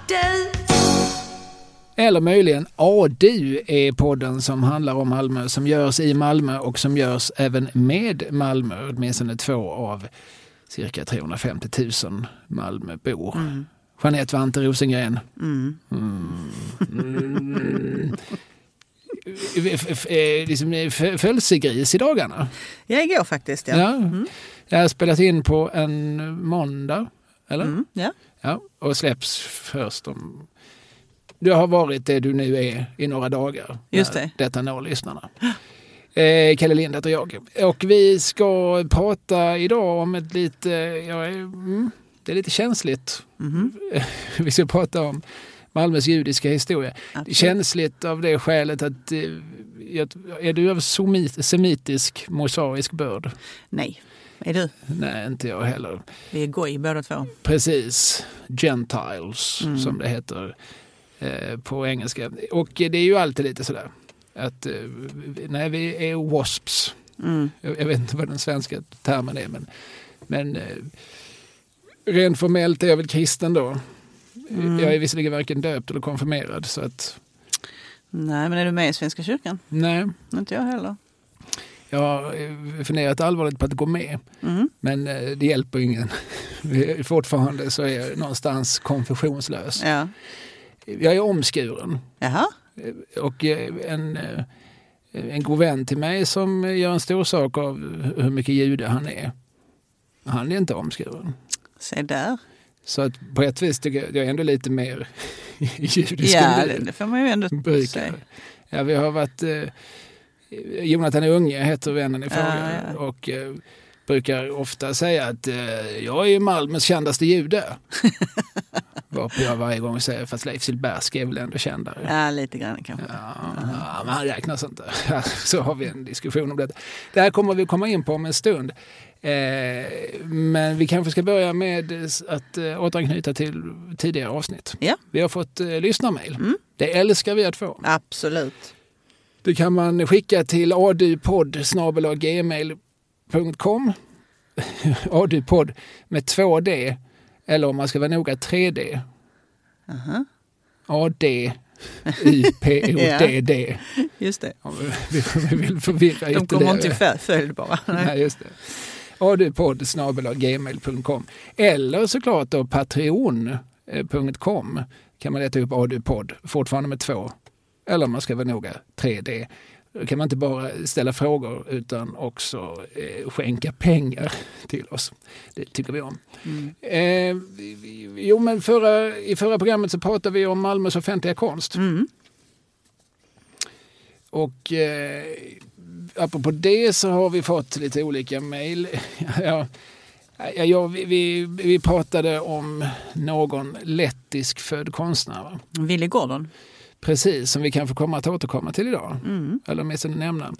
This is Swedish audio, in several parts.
Eller möjligen ADU är podden som handlar om Malmö, som görs i Malmö och som görs även med Malmö, åtminstone 2 av cirka 350 000 Malmöbor. Jeanette Vante Rosengren. Födelsegris i dagarna. Jag igår faktiskt, ja. Jag har spelat in på en måndag, eller? Ja, och släpps först om... Du har varit det du nu är i några dagar. Just det. Detta når lyssnarna. Kalle Lind heter jag. Och vi ska prata idag om ett lite... det är lite känsligt. Vi ska prata om Malmös judiska historia. Absolut. Känsligt av det skälet att... är du av semitisk mosaisk börd? Nej. Är du? Nej, inte jag heller. Vi är goj båda två. Precis. Gentiles, som det heter på engelska. Och det är ju alltid lite sådär att nej, vi är wasps. Jag vet inte vad den svenska termen är, men rent formellt är jag väl kristen då. Jag är visserligen varken döpt eller konfirmerad, så att... Nej, men är du med i Svenska kyrkan? Nej. Inte jag heller. Jag har funderat allvarligt på att gå med, men det hjälper ingen. Fortfarande så är jag någonstans konfessionslös. Ja. Jag är omskuren. Jaha. Och en god vän till mig som gör en stor sak av hur mycket jude han är inte omskuren. Se där. Så att på ett vis tycker jag är ändå lite mer judisk. Ja, det får man ju ändå säga. Ja, vi har varit... Jonathan Unge heter vännen i fråga och brukar ofta säga att jag är Malmös kändaste jude. Varpå jag varje gång säger, fast Leif Silbersky är väl ändå kändare. Ja, lite grann kanske. Ja, men han räknas inte. Så har vi en diskussion om det. Det här kommer vi komma in på om en stund. Men vi kanske ska börja med att återanknyta till tidigare avsnitt. Ja. Vi har fått lyssnarmail. Det älskar vi att få. Absolut. Det kan man skicka till adupodd@gmail.com. Adupodd med 2D, eller om man ska vara noga 3D. ADUPODD. Just det. Vi vill förvirra de kommer inte följd bara. Nej, just det. adupodd@gmail.com. Eller såklart då patreon.com kan man leta upp adupodd, fortfarande med 2. Eller om man ska vara noga 3D. Då kan man inte bara ställa frågor utan också skänka pengar till oss. Det tycker vi om. Men i förra programmet så pratade vi om Malmös offentliga konst. Och apropå det så har vi fått lite olika mejl. Vi pratade om någon lettisk född konstnär. Va? Willy Gordon. Precis, som vi kanske kommer att återkomma till idag. Eller åtminstone nämna.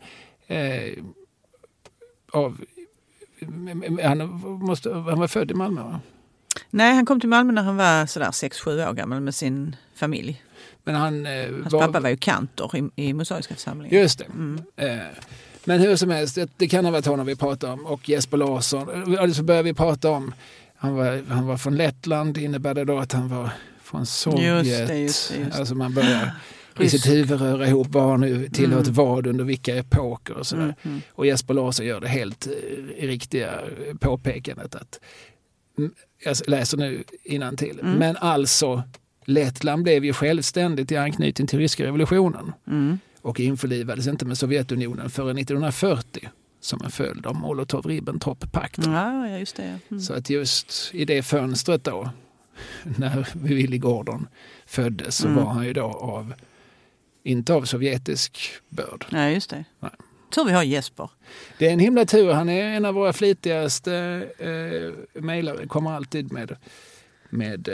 Han var född i Malmö, va? Nej, han kom till Malmö när han var sådär 6-7 år gammal med sin familj. Men hans pappa var ju kantor i mosaiska församlingen. Just det. Men hur som helst, det kan ha varit honom vi pratar om. Och Jesper Larsson. Och så börjar vi prata om, han var från Lettland, innebär det då att han var från Sovjet. Just det. Alltså man börjar i sitt huvud röra ihop vad nu tillhört vad under vilka epoker och sådär. Och Jesper Larsson gör det helt riktiga påpekandet att, jag läser nu innantill, men alltså Lettland blev ju självständigt i anknytning till ryska revolutionen och införlivades inte med Sovjetunionen förrän 1940 som en följd av Molotov-Ribbentrop-pakten. Ja, just det. Så att just i det fönstret då, när Willy Gordon föddes, så var han ju då inte av sovjetisk börd. Ja, just det. Nej. Tur vi har Jesper. Det är en himla tur. Han är en av våra flitigaste mejlare. Kommer alltid med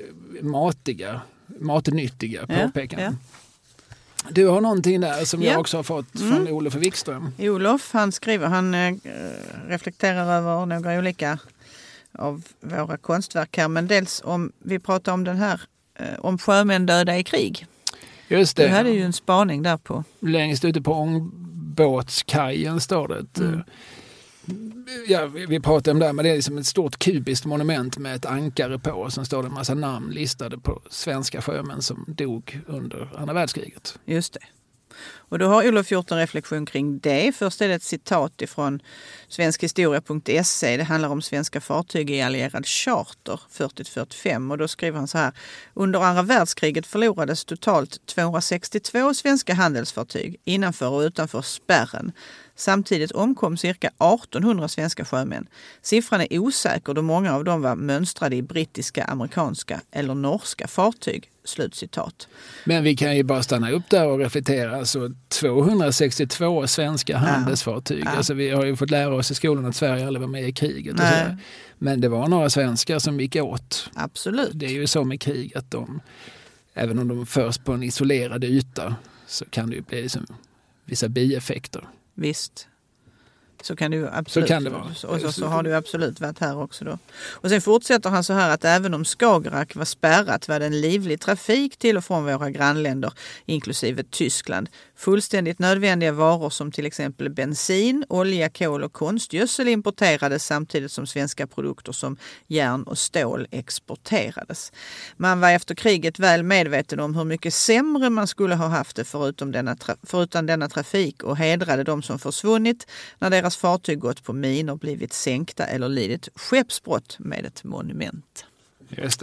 matnyttiga påpekanden. Ja. Du har någonting där som jag också har fått från Olof Wikström. Olof, han skriver, han reflekterar över några olika av våra konstverk här. Men dels om vi pratar om den här, om sjömän döda i krig. Just det. Du hade ju en spaning där på. Längst ute på ångbåtskajen står det Ja, vi pratar om det, men det är liksom ett stort kubiskt monument med ett ankare på och sen står det en massa namn listade på svenska sjömän som dog under andra världskriget. Just det. Och då har Olof gjort en reflektion kring det. Först är det ett citat ifrån svenskhistoria.se. Det handlar om svenska fartyg i allierad charter 40-45. Och då skriver han så här. Under andra världskriget förlorades totalt 262 svenska handelsfartyg innanför och utanför spärren. Samtidigt omkom cirka 1800 svenska sjömän. Siffran är osäker då många av dem var mönstrade i brittiska, amerikanska eller norska fartyg. Slutcitat. Men vi kan ju bara stanna upp där och reflektera. Alltså 262 svenska handelsfartyg. Ja. Alltså vi har ju fått lära oss i skolan att Sverige aldrig var med i kriget. Och så. Men det var några svenskar som gick åt. Absolut. Det är ju så med krig att även om de förs på en isolerad yta så kan det ju bli liksom vissa bieffekter. Visst. Så kan det ju absolut. Så kan det vara. Och så har det ju absolut varit här också då. Och sen fortsätter han så här att även om Skagerrak var spärrat var det en livlig trafik till och från våra grannländer, inklusive Tyskland. Fullständigt nödvändiga varor som till exempel bensin, olja, kol och konstgödsel importerades samtidigt som svenska produkter som järn och stål exporterades. Man var efter kriget väl medveten om hur mycket sämre man skulle ha haft det förutom denna trafik och hedrade de som försvunnit när deras fartyg gått på minor, blivit sänkta eller lidit skeppsbrott med ett monument. Just det.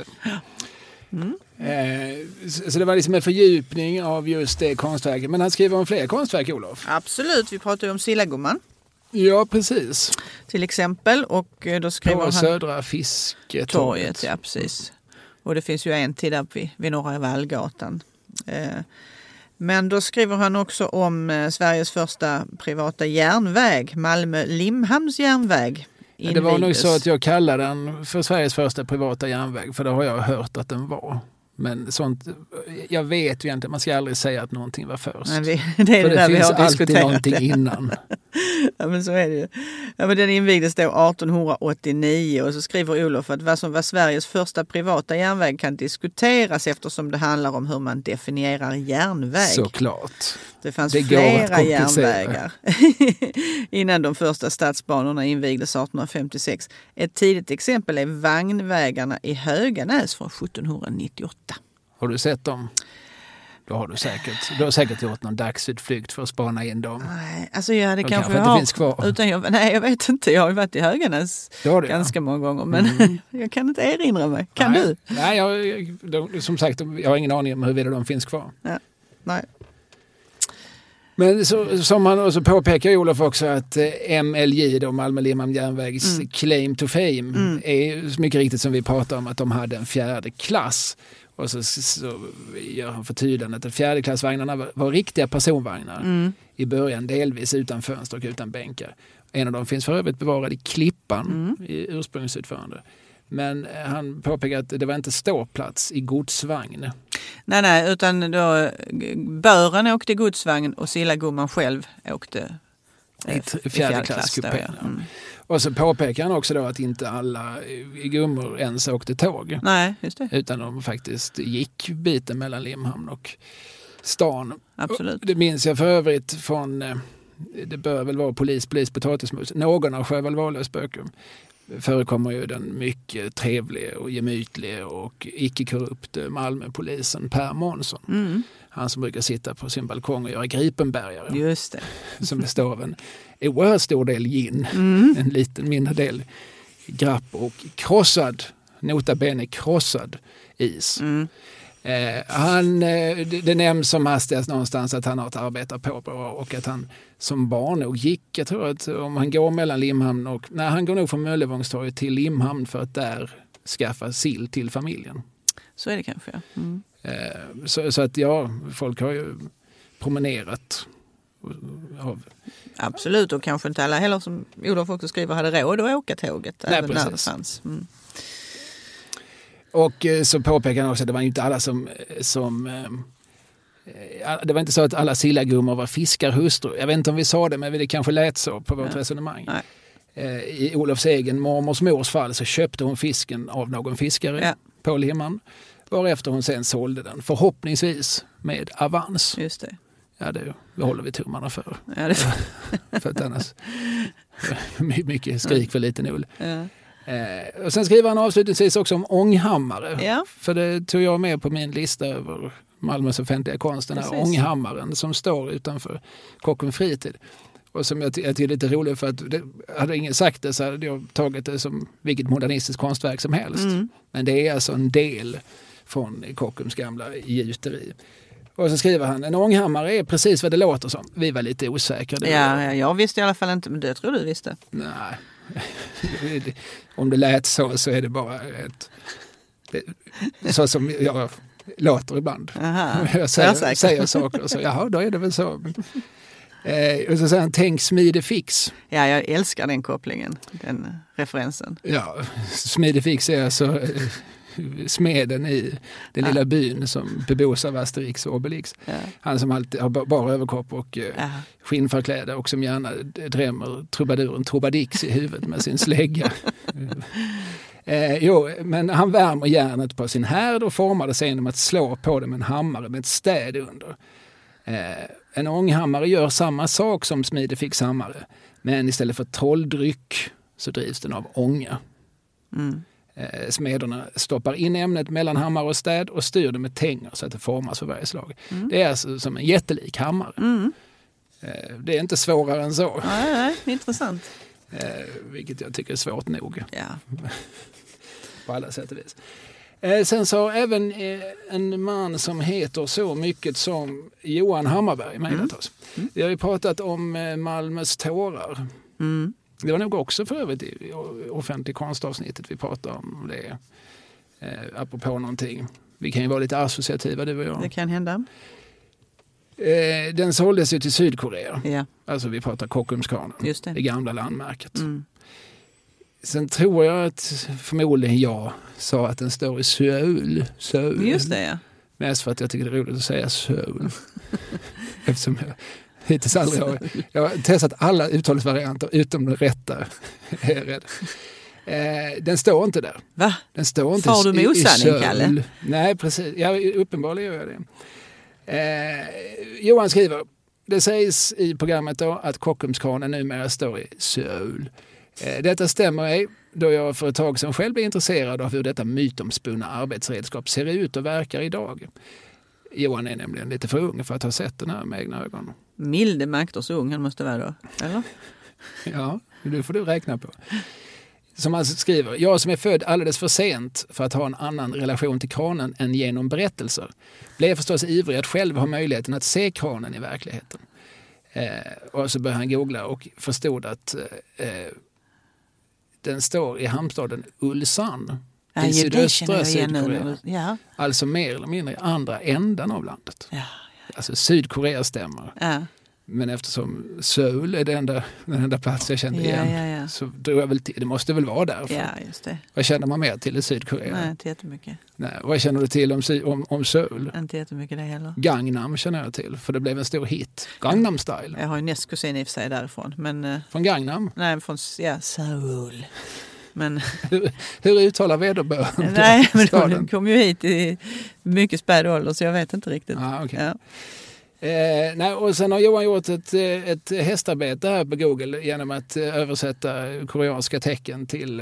Så det var liksom en fördjupning av just det konstverket. Men han skriver om fler konstverk, Olof. Absolut, vi pratar ju om Sillagumman. Ja, precis. Till exempel. Och då skriver på Södra Fisketorget. Ja, precis. Och det finns ju en till där vid Norra Vallgatan. Men då skriver han också om Sveriges första privata järnväg, Malmö-Limhamns järnväg. Ja, det var nog så att jag kallade den för Sveriges första privata järnväg, för det har jag hört att den var. Men sånt, jag vet ju inte, man ska aldrig säga att någonting var först. Nej, det är för det där vi har diskuterat. Alltid någonting innan. Ja, men så är det ju. Ja, men den invigdes då 1889 och så skriver Olof att vad som var Sveriges första privata järnväg kan diskuteras eftersom det handlar om hur man definierar järnväg. Såklart. Det fanns flera järnvägar innan de första stadsbanorna invigdes 1856. Ett tidigt exempel är vagnvägarna i Höganäs från 1798. Har du sett dem? Du har säkert gjort någon dagsutflykt för att spana in dem. Nej, alltså det kanske inte finns kvar. Jag vet inte. Jag har ju varit i Höganäs ganska många gånger, men jag kan inte erinra mig. Kan du? Nej, som sagt, jag har ingen aning om huruvida de finns kvar. Ja. Nej. Men som han också påpekar, Olof, också att MLJ, då Malmö-Limhamn järnvägs claim to fame, är mycket riktigt som vi pratar om att de hade en 4:e klass. Och så gör han förtydligandet att 4:e klassvagnarna var riktiga personvagnar i början, delvis utan fönster och utan bänkar. En av dem finns för övrigt bevarad i Klippan i ursprungsutförande. Men han påpekar att det var inte ståplats i godsvagn. Nej, utan då Bören åkte godsvagn och Sillagumman själv åkte i 4:e klasskupén. Och så påpekar han också då att inte alla i gummor ens åkte tåg. Nej, just det. Utan de faktiskt gick biten mellan Limhamn och stan. Absolut. Det minns jag för övrigt från, det bör väl vara polis potatismus. Någon av Sjöwall Wahlöös böcker förekommer ju den mycket trevliga och gemytliga och icke-korrupt Malmöpolisen Per Månsson. Han som brukar sitta på sin balkong och göra gripenbergare. Just det. Som består av en oerhört stor del gin, en liten mindre del grapp och notabene krossad is. Det nämns som hastigast någonstans att han har ett arbete på och att han som barn nog gick, jag tror att om han går mellan Limhamn och, han går nog från Möllevångstorget till Limhamn för att där skaffa sill till familjen. Så är det kanske, ja. Så att folk har ju promenerat Absolut, och kanske inte alla heller, som Olof också skriver, hade råd att åka tåget. Nej, även precis. när det fanns. Och så påpekar han också att det var inte alla det var inte så att alla sillagummor var fiskarhustrur. Jag vet inte om vi sa det, men det kanske lät så på vårt resonemang. I Olofs egen mormors mors fall så köpte hon fisken av någon fiskare på Limhamn, varefter hon sen sålde den, förhoppningsvis med avans. Just det. Ja, det håller vi tummarna för. Ja, det för att annars Mycket skrik för liten ull. Ja. Och sen skriver han avslutningsvis också om ånghammare. Ja. För det tog jag med på min lista över Malmös offentliga konst, den här ånghammaren som står utanför Kockums fritid. Och som jag tycker är lite roligt, för att hade ingen sagt det så hade jag tagit det som vilket modernistiskt konstverk som helst. Men det är alltså en del från Kockums gamla gjuteri. Och så skriver han, en ånghammare är precis vad det låter som. Vi var lite osäkra. Ja, jag visste i alla fall inte, men det tror du visste. Nej, om det lät så är det bara så som jag låter ibland. Aha, jag säger saker och så, jaha, då är det väl så. Och så säger han, tänk smidefix. Ja, jag älskar den kopplingen, den referensen. Ja, smidefix är alltså smeden i den lilla byn som bebos av Asterix och Obelix. Ja. Han som alltid har bara överkropp och skinnförkläde och som gärna drämmer trubaduren Trubadix i huvudet med sin slägga. Men han värmer järnet på sin härd och formar det sen genom att slå på det med en hammare med ett städ under. En ånghammare gör samma sak som smidefixhammare, men istället för trolldryck så drivs den av ånga. Smederna stoppar in ämnet mellan hammare och städ och styr det med tänger så att det formas för varje slag. Det är alltså som en jättelik hammare. Det är inte svårare än så. Nej, intressant. Vilket jag tycker är svårt nog. Ja. På alla sätt och vis. Sen så även en man som heter så mycket som Johan Hammarberg mejlat oss. Vi har ju pratat om Malmös tårar. Det var nog också för övrigt i offentlig konstavsnittet vi pratade om det. Apropå någonting. Vi kan ju vara lite associativa, du och jag. Det kan hända. Den såldes ju till Sydkorea. Ja. Alltså vi pratar Kockumskranen. Just det. Det gamla landmärket. Sen tror jag att förmodligen jag sa att den står i Söul. Just det, ja. Mest för att jag tycker det är roligt att säga Söul. Eftersom jag hittills aldrig jag har testat alla uttalsvarianter utom den rätta. Den står inte där. Va? Den står inte Far du med osanning, Kalle? Nej, precis. Ja, uppenbarligen gör jag det. Johan skriver, det sägs i programmet då att Kockumskranen numera står i Söul. Detta stämmer ej, då jag för ett tag sedan själv blev intresserad av hur detta mytomspunna arbetsredskap ser ut och verkar idag. Johan är nämligen lite för ung för att ha sett den här med egna ögon. Milde makter så ung han måste vara då, eller? Ja, det får du räkna på. Som han skriver, jag som är född alldeles för sent för att ha en annan relation till kranen än genom berättelser, blev förstås ivrig att själv ha möjligheten att se kranen i verkligheten. Och så började han googla och förstod att den står i hamnstaden Ulsan i sydöstra Sydkorea. Ja. Alltså mer eller mindre i andra ändan av landet. Ja. Alltså Sydkorea stämmer. Ja. Men eftersom Söul är den enda plats jag kände igen så drog jag väl till. Det måste väl vara därför. Ja, just det. Vad känner man mer till i Sydkorea? Nej, inte jättemycket. Nej, vad känner du till om Söul? Inte jättemycket det heller. Gangnam känner jag till, för det blev en stor hit. Gangnam Style. Jag har ju nästkusin i och för sig därifrån. Men, från Gangnam? Nej, från Söul. Men hur uttalar vederbörande? Nej, men de kom ju hit i mycket späd ålder så jag vet inte riktigt. Okay. Ja. Nej, och sen har Johan gjort ett hästarbete här på Google genom att översätta koreanska tecken till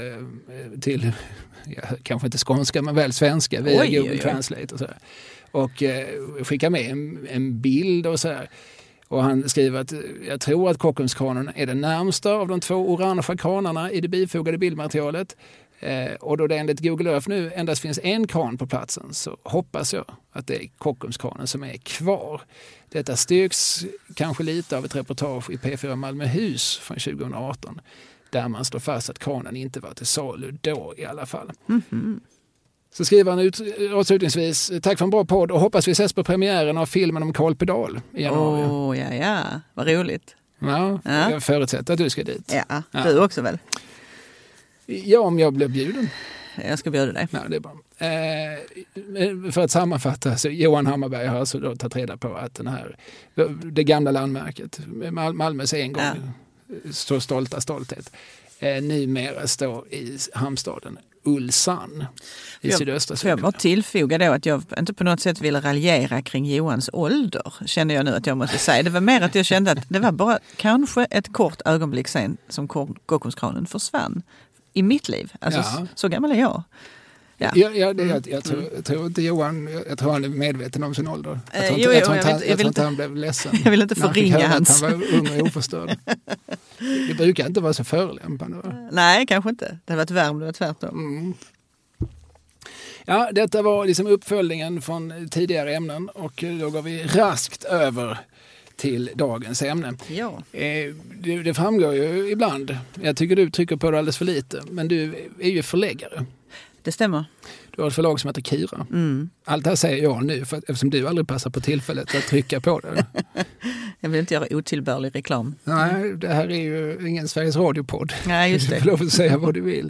kanske inte skånska men väl svenska via Google Translate och så här. Och skicka med en bild och så här. Och han skriver att jag tror att Kockumskranen är den närmsta av de 2 orangea kranarna i det bifogade bildmaterialet. Och då det enligt Google Earth nu endast finns en kran på platsen så hoppas jag att det är Kockumskranen som är kvar. Detta styrks kanske lite av ett reportage i P4 Malmöhus från 2018 där man slår fast att kranen inte var till salu då i alla fall. Så skriver han ut avslutningsvis, tack för en bra podd och hoppas vi ses på premiären av filmen om Karl Pedal i januari. Ja, vad roligt. Ja, jag förutsätter att du ska dit. Ja, du också väl? Ja, om jag blir bjuden. Jag ska bjuda dig. Ja, det är bra. För att sammanfatta, så Johan Hammarberg har alltså då tagit reda på att det gamla landmärket, Malmös en gång så stolthet, numera står i hamnstaden Ulsan i sydöstra Sverige. Jag bara tillfoga då att jag inte på något sätt ville raljera kring Johans ålder, kände jag nu att jag måste säga. Det var mer att jag kände att det var bara kanske ett kort ögonblick sen som Kockumskranen försvann i mitt liv. Alltså så gammal är jag. Ja. Jag tror inte Johan, jag tror han är medveten om sin ålder. Jag tror inte han blev ledsen. Jag vill inte förringa hans. Han var ung och oförstörd. Det brukar inte vara så förolämpande. Nej, kanske inte. Det har varit värme, det var tvärtom. Mm. Ja, detta var liksom uppföljningen från tidigare ämnen och då går vi raskt över till dagens ämne. Ja. Det framgår ju ibland, jag tycker du trycker på det alldeles för lite, men du är ju förläggare. Det stämmer. Du har ett förlag som heter Kira. Mm. Allt det här säger jag nu eftersom du aldrig passar på tillfället att trycka på det. Jag vill inte göra otillbörlig reklam. Nej, det här är ju ingen Sveriges Radio-podd. Nej, just det. Du får lov att säga vad du vill.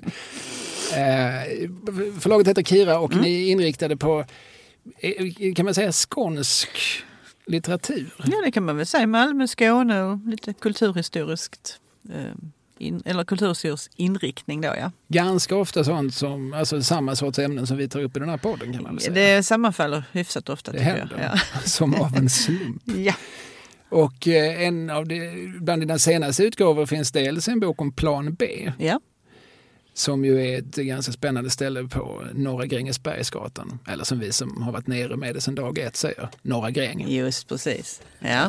Förlaget heter Kira och ni är inriktade på, kan man säga, skånsk litteratur? Ja, det kan man väl säga. Malmö, Skåne och lite kulturhistoriskt eller kulturhistorisk inriktning då, ja. Ganska ofta sånt som, alltså samma sorts ämnen som vi tar upp i den här podden, kan man väl säga. Det sammanfaller hyfsat ofta, det tycker händer, jag. Ja. Som av en slump. Ja. Och bland dina senaste utgåvor finns dels en bok om Plan B. Ja. Som ju är ett ganska spännande ställe på Norra Grängesbergsgatan. Eller som vi som har varit nere med det sedan dag ett säger, Norra Gräng. Just precis. Ja.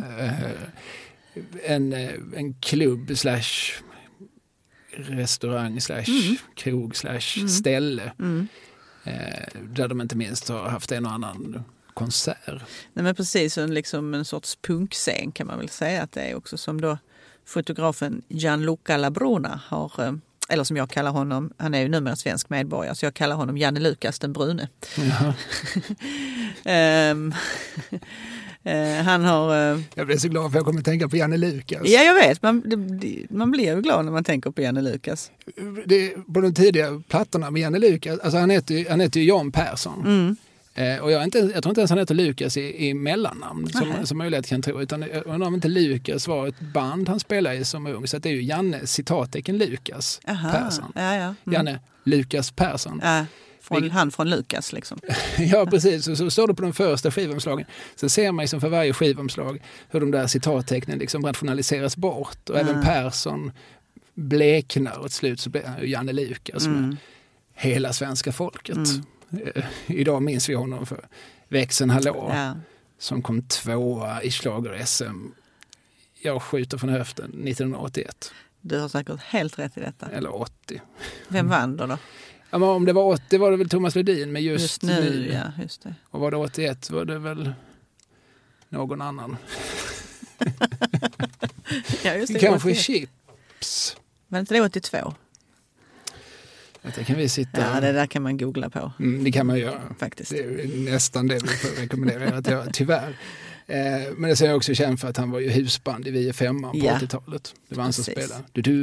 En klubb / restaurang / krog / ställe. Där de inte minst har haft en och annan konsert. Nej, men precis, liksom en sorts punkscen kan man väl säga att det är också, som då fotografen Gianluca Labruna har, eller som jag kallar honom, han är ju numera svensk medborgare, så jag kallar honom Janne Lukas den brune. Han har... Jag blev så glad för jag kommer att tänka på Janne Lukas. Ja, jag vet. Man blir ju glad när man tänker på Janne Lukas. På de tidiga plattorna med Janne Lukas, alltså han heter ju Jan Persson. Och jag tror inte ens han heter Lukas i mellannamn som möjlighet kan tro, utan om inte Lukas var ett band han spelade i som ung, så att det är ju Janne citattecken Lukas Persson. Ja. Janne Lukas Persson. Han från Lukas liksom. Ja, precis. Och så står det på de första skivomslagen. Så ser man liksom för varje skivomslag hur de där citattecknen liksom rationaliseras bort. Och även Persson bleknar och till slut så blir han Janne Lukas med hela svenska folket. Idag minns vi honom för Växeln Hallå som kom 2:a i Schlager-SM. Jag skjuter från höften 1981. Du har säkert helt rätt i detta. Eller 80. Vem vann då? Ja, men om det var 80 var det väl Thomas Ledin med just nu. Ja, just det. Och var det 81 var det väl någon annan. Ja, just det. Kanske 81. Chips. Men inte det 82? Det kan vi sitta... Ja, det där kan man googla på. Det kan man göra. Faktiskt. Det är nästan det vi får rekommendera att göra, tyvärr. Men det ser jag också känd för att han var ju husband i VF5 på 80-talet. Det var han som spelade.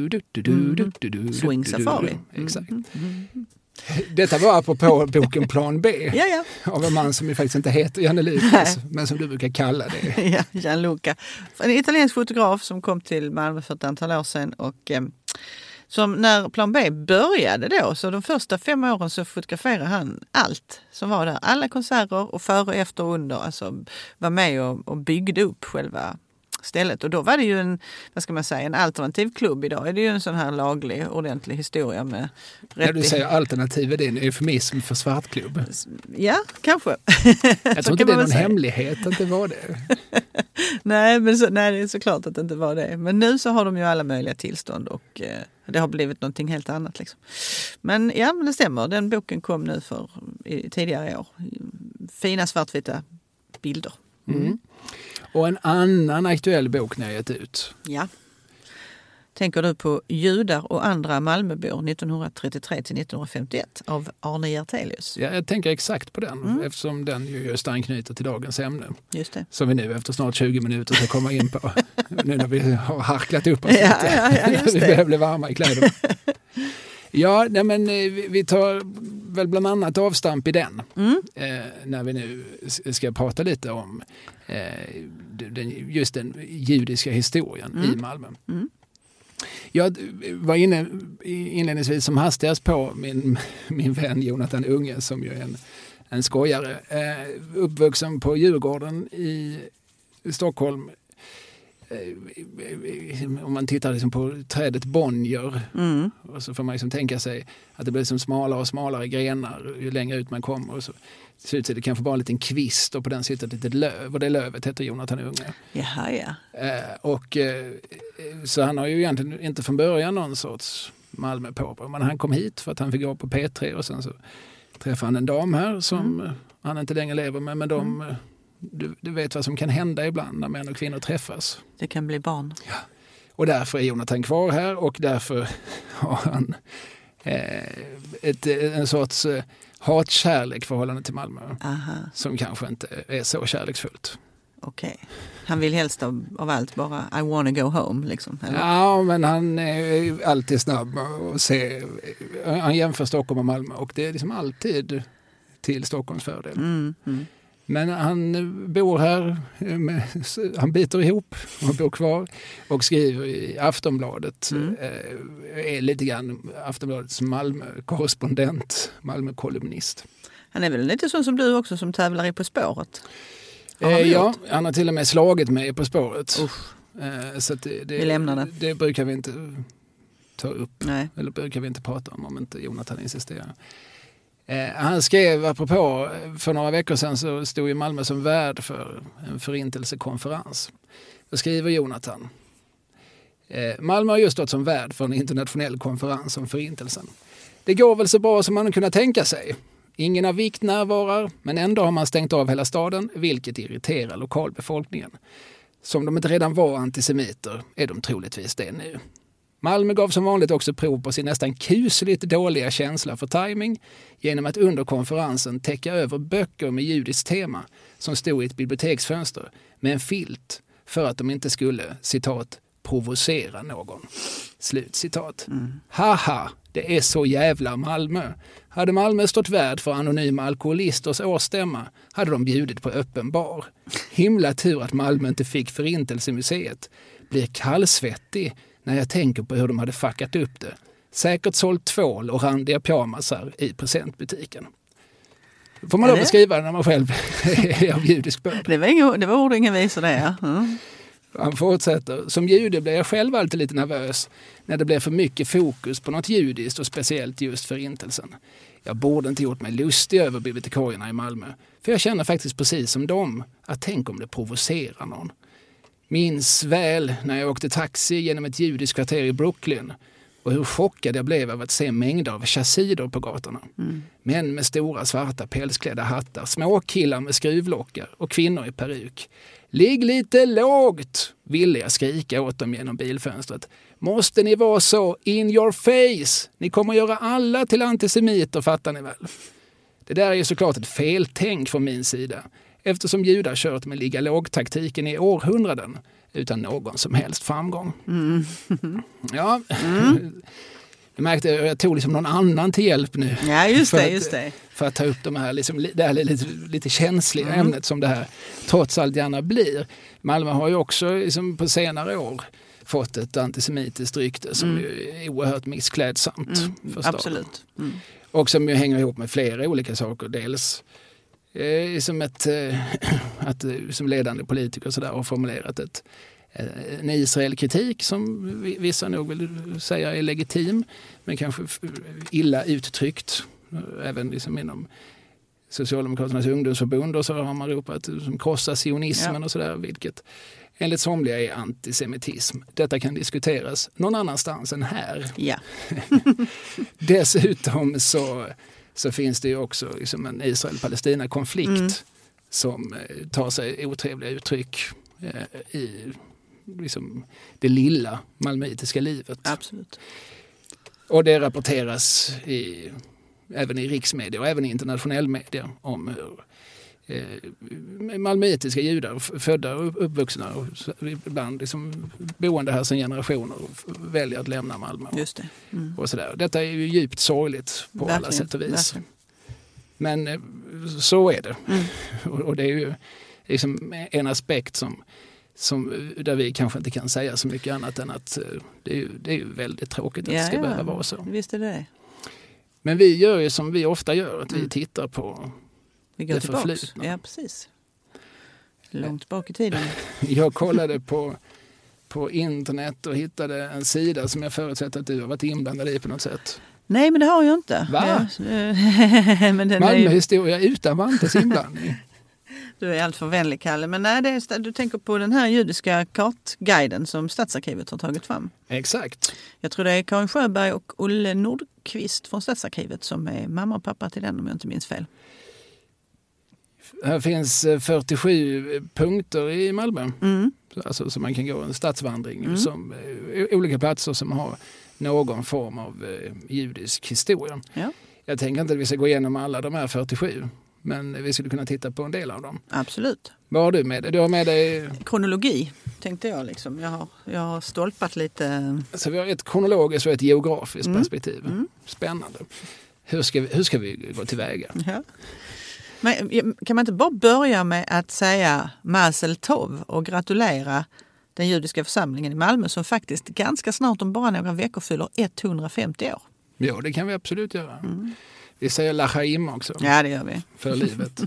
Swing Safari. Exakt. Detta var apropå boken Plan B. Ja. Av en man som ju faktiskt inte heter Janne Lukas, men som du brukar kalla det. Ja, Gianluca. En italiensk fotograf som kom till Malmö för ett antal år sedan och som när Plan B började då, så de första 5 åren så fotograferade han allt som var där. Alla konserter och före, efter och under. Alltså var med och byggde upp själva stället. Och då var det ju en alternativ klubb. Idag är det ju en sån här laglig, ordentlig historia med När du säger alternativ, är det en eufemism för svartklubb? Ja, kanske. Jag tror inte det är någon hemlighet att det var det. Nej, det är såklart att det inte var det. Men nu så har de ju alla möjliga tillstånd och det har blivit någonting helt annat liksom. Men det stämmer. Den boken kom nu tidigare år. Fina svartvita bilder. Och en annan aktuell bok ni har gett ut. Ja. Tänker du på Judar och andra Malmöbor 1933 till 1951 av Arne Hjertelius? Ja, jag tänker exakt på den eftersom den ju just anknyter till dagens ämne. Just det. Som vi nu efter snart 20 minuter ska komma in på. Nu när vi har harklat upp oss just vi börjar bli varma i kläderna. Ja, men vi tar väl bland annat avstamp i den när vi nu ska prata lite om just den judiska historien i Malmö. Jag var inne inledningsvis som hastigast på min vän Jonathan Unge som ju är en skojare. Uppvuxen på Djurgården i Stockholm. Om man tittar liksom på trädet Bonnier och så får man liksom tänka sig att det blir som smalare och smalare grenar ju längre ut man kommer. Och så ser ut som det kanske bara en liten kvist och på den sitter ett litet löv och det lövet heter Jonathan Unge. Jaha, ja. Så han har ju egentligen inte från början någon sorts Malmö på. Men han kom hit för att han fick gå på P3 och sen så träffade han en dam här som han inte längre lever med, men du vet vad som kan hända ibland när män och kvinnor träffas. Det kan bli barn. Ja. Och därför är Jonathan kvar här och därför har han en sorts hatkärlek förhållande till Malmö. Aha. Som kanske inte är så kärleksfullt. Okej. Han vill helst av allt bara I wanna go home liksom. Eller? Ja, men han är alltid snabb och han jämför Stockholm och Malmö och det är liksom alltid till Stockholms fördel. Men han bor här, han biter ihop och bor kvar och skriver i Aftonbladet. Är lite grann Aftonbladets Malmö-korrespondent, Malmö-kolumnist. Han är väl lite sån som du också som tävlar i På spåret? Ja, han har till och med slagit mig På spåret. Så att vi lämnar det. Det brukar vi inte ta upp. Nej. Eller brukar vi inte prata om inte Jonathan insisterar. Han skrev, apropå, för några veckor sedan så stod ju Malmö som värd för en förintelsekonferens. Då skriver Jonathan. Malmö har just stått som värd för en internationell konferens om förintelsen. Det går väl så bra som man kunde tänka sig. Ingen av vikt närvarar, men ändå har man stängt av hela staden, vilket irriterar lokalbefolkningen. Som de inte redan var antisemiter är de troligtvis det nu. Malmö gav som vanligt också prov på sin nästan kusligt dåliga känsla för timing genom att under konferensen täcka över böcker med judiskt tema som stod i ett biblioteksfönster med en filt för att de inte skulle, citat, provocera någon. Slut citat. Haha, det är så jävla Malmö. Hade Malmö stått värd för anonyma alkoholisters årsstämma hade de bjudit på öppen bar. Himla tur att Malmö inte fick Förintelsemuseet. Blir kallsvettig när jag tänker på hur de hade fuckat upp det. Säkert sålt tvål och randiga pyjamasar i presentbutiken. Får man då beskriva det när man själv är av judisk börd? Det var ord ingen visar det, ja. Han fortsätter. Som jude blir jag själv alltid lite nervös när det blir för mycket fokus på något judiskt och speciellt just förintelsen. Jag borde inte gjort mig lustig över bibliotekarierna i Malmö. För jag känner faktiskt precis som dem att tänk om det provocerar någon. Minns väl när jag åkte taxi genom ett judiskt kvarter i Brooklyn och hur chockad jag blev av att se mängder av chassider på gatorna. Män med stora svarta pälsklädda hattar, små killar med skruvlockar och kvinnor i peruk. Ligg lite lågt, ville jag skrika åt dem genom bilfönstret. Måste ni vara så in your face? Ni kommer göra alla till antisemiter, fattar ni väl? Det där är ju såklart ett feltänk från min sida. Eftersom judar kört med ligga lågtaktiken i århundraden utan någon som helst framgång. Ja, jag märkte att jag tog liksom någon annan till hjälp nu. Ja, just det. För att ta upp de här, liksom, det här lite känsliga ämnet som det här trots allt gärna blir. Malmö har ju också liksom, på senare år fått ett antisemitiskt rykte som är oerhört missklädsamt. Absolut. Och som ju hänger ihop med flera olika saker. Dels som ledande politiker så där, har formulerat en Israel-kritik som vissa nog vill säga är legitim men kanske illa uttryckt. Även liksom inom Socialdemokraternas ungdomsförbund och så har man ropat som krossa sionismen och sådär, vilket enligt somliga är antisemitism. Detta kan diskuteras någon annanstans än här. Ja. Dessutom så finns det ju också liksom en Israel-Palestina-konflikt som tar sig otrevliga uttryck i liksom det lilla malmöitiska livet. Absolut. Och det rapporteras även i riksmedia och även i internationell media om hur malmöitiska judar, födda och uppvuxna och ibland liksom boende här sedan generationer väljer att lämna Malmö. Just det. Och sådär. Detta är ju djupt sorgligt på alla sätt och vis. Verkligen. Men så är det. Och det är ju liksom en aspekt där vi kanske inte kan säga så mycket annat än att det är ju väldigt tråkigt att det ska behöva vara så. Visst är det. Men vi gör ju som vi ofta gör, att vi tittar på det förflutna. Ja, precis. Långt bak i tiden. Jag kollade på internet och hittade en sida som jag förutsätter att du har varit inblandad i på något sätt. Nej, men det har jag inte. Va? Men Malmöhistoria utan Vantes inblandning. Du är allt för vänlig, Kalle. Men nej, du tänker på den här judiska kartguiden som Stadsarkivet har tagit fram. Exakt. Jag tror det är Karin Sjöberg och Olle Nordqvist från Stadsarkivet som är mamma och pappa till den, om jag inte minns fel. Här finns 47 punkter i Malmö. Alltså, så man kan gå en stadsvandring som olika platser som har någon form av judisk historia. Ja. Jag tänker inte att vi ska gå igenom alla de här 47. Men vi skulle kunna titta på en del av dem. Absolut. Vad har du med dig? Du har med dig... Kronologi, tänkte jag. Liksom. Jag har stolpat lite... Så vi har ett kronologiskt och ett geografiskt perspektiv. Spännande. Hur ska vi gå tillväga? Ja. Men kan man inte bara börja med att säga Mazel Tov och gratulera den judiska församlingen i Malmö som faktiskt ganska snart, om bara några veckor, fyller 150 år? Ja, det kan vi absolut göra. Vi säger Lachaim också. Ja, det gör vi. För livet.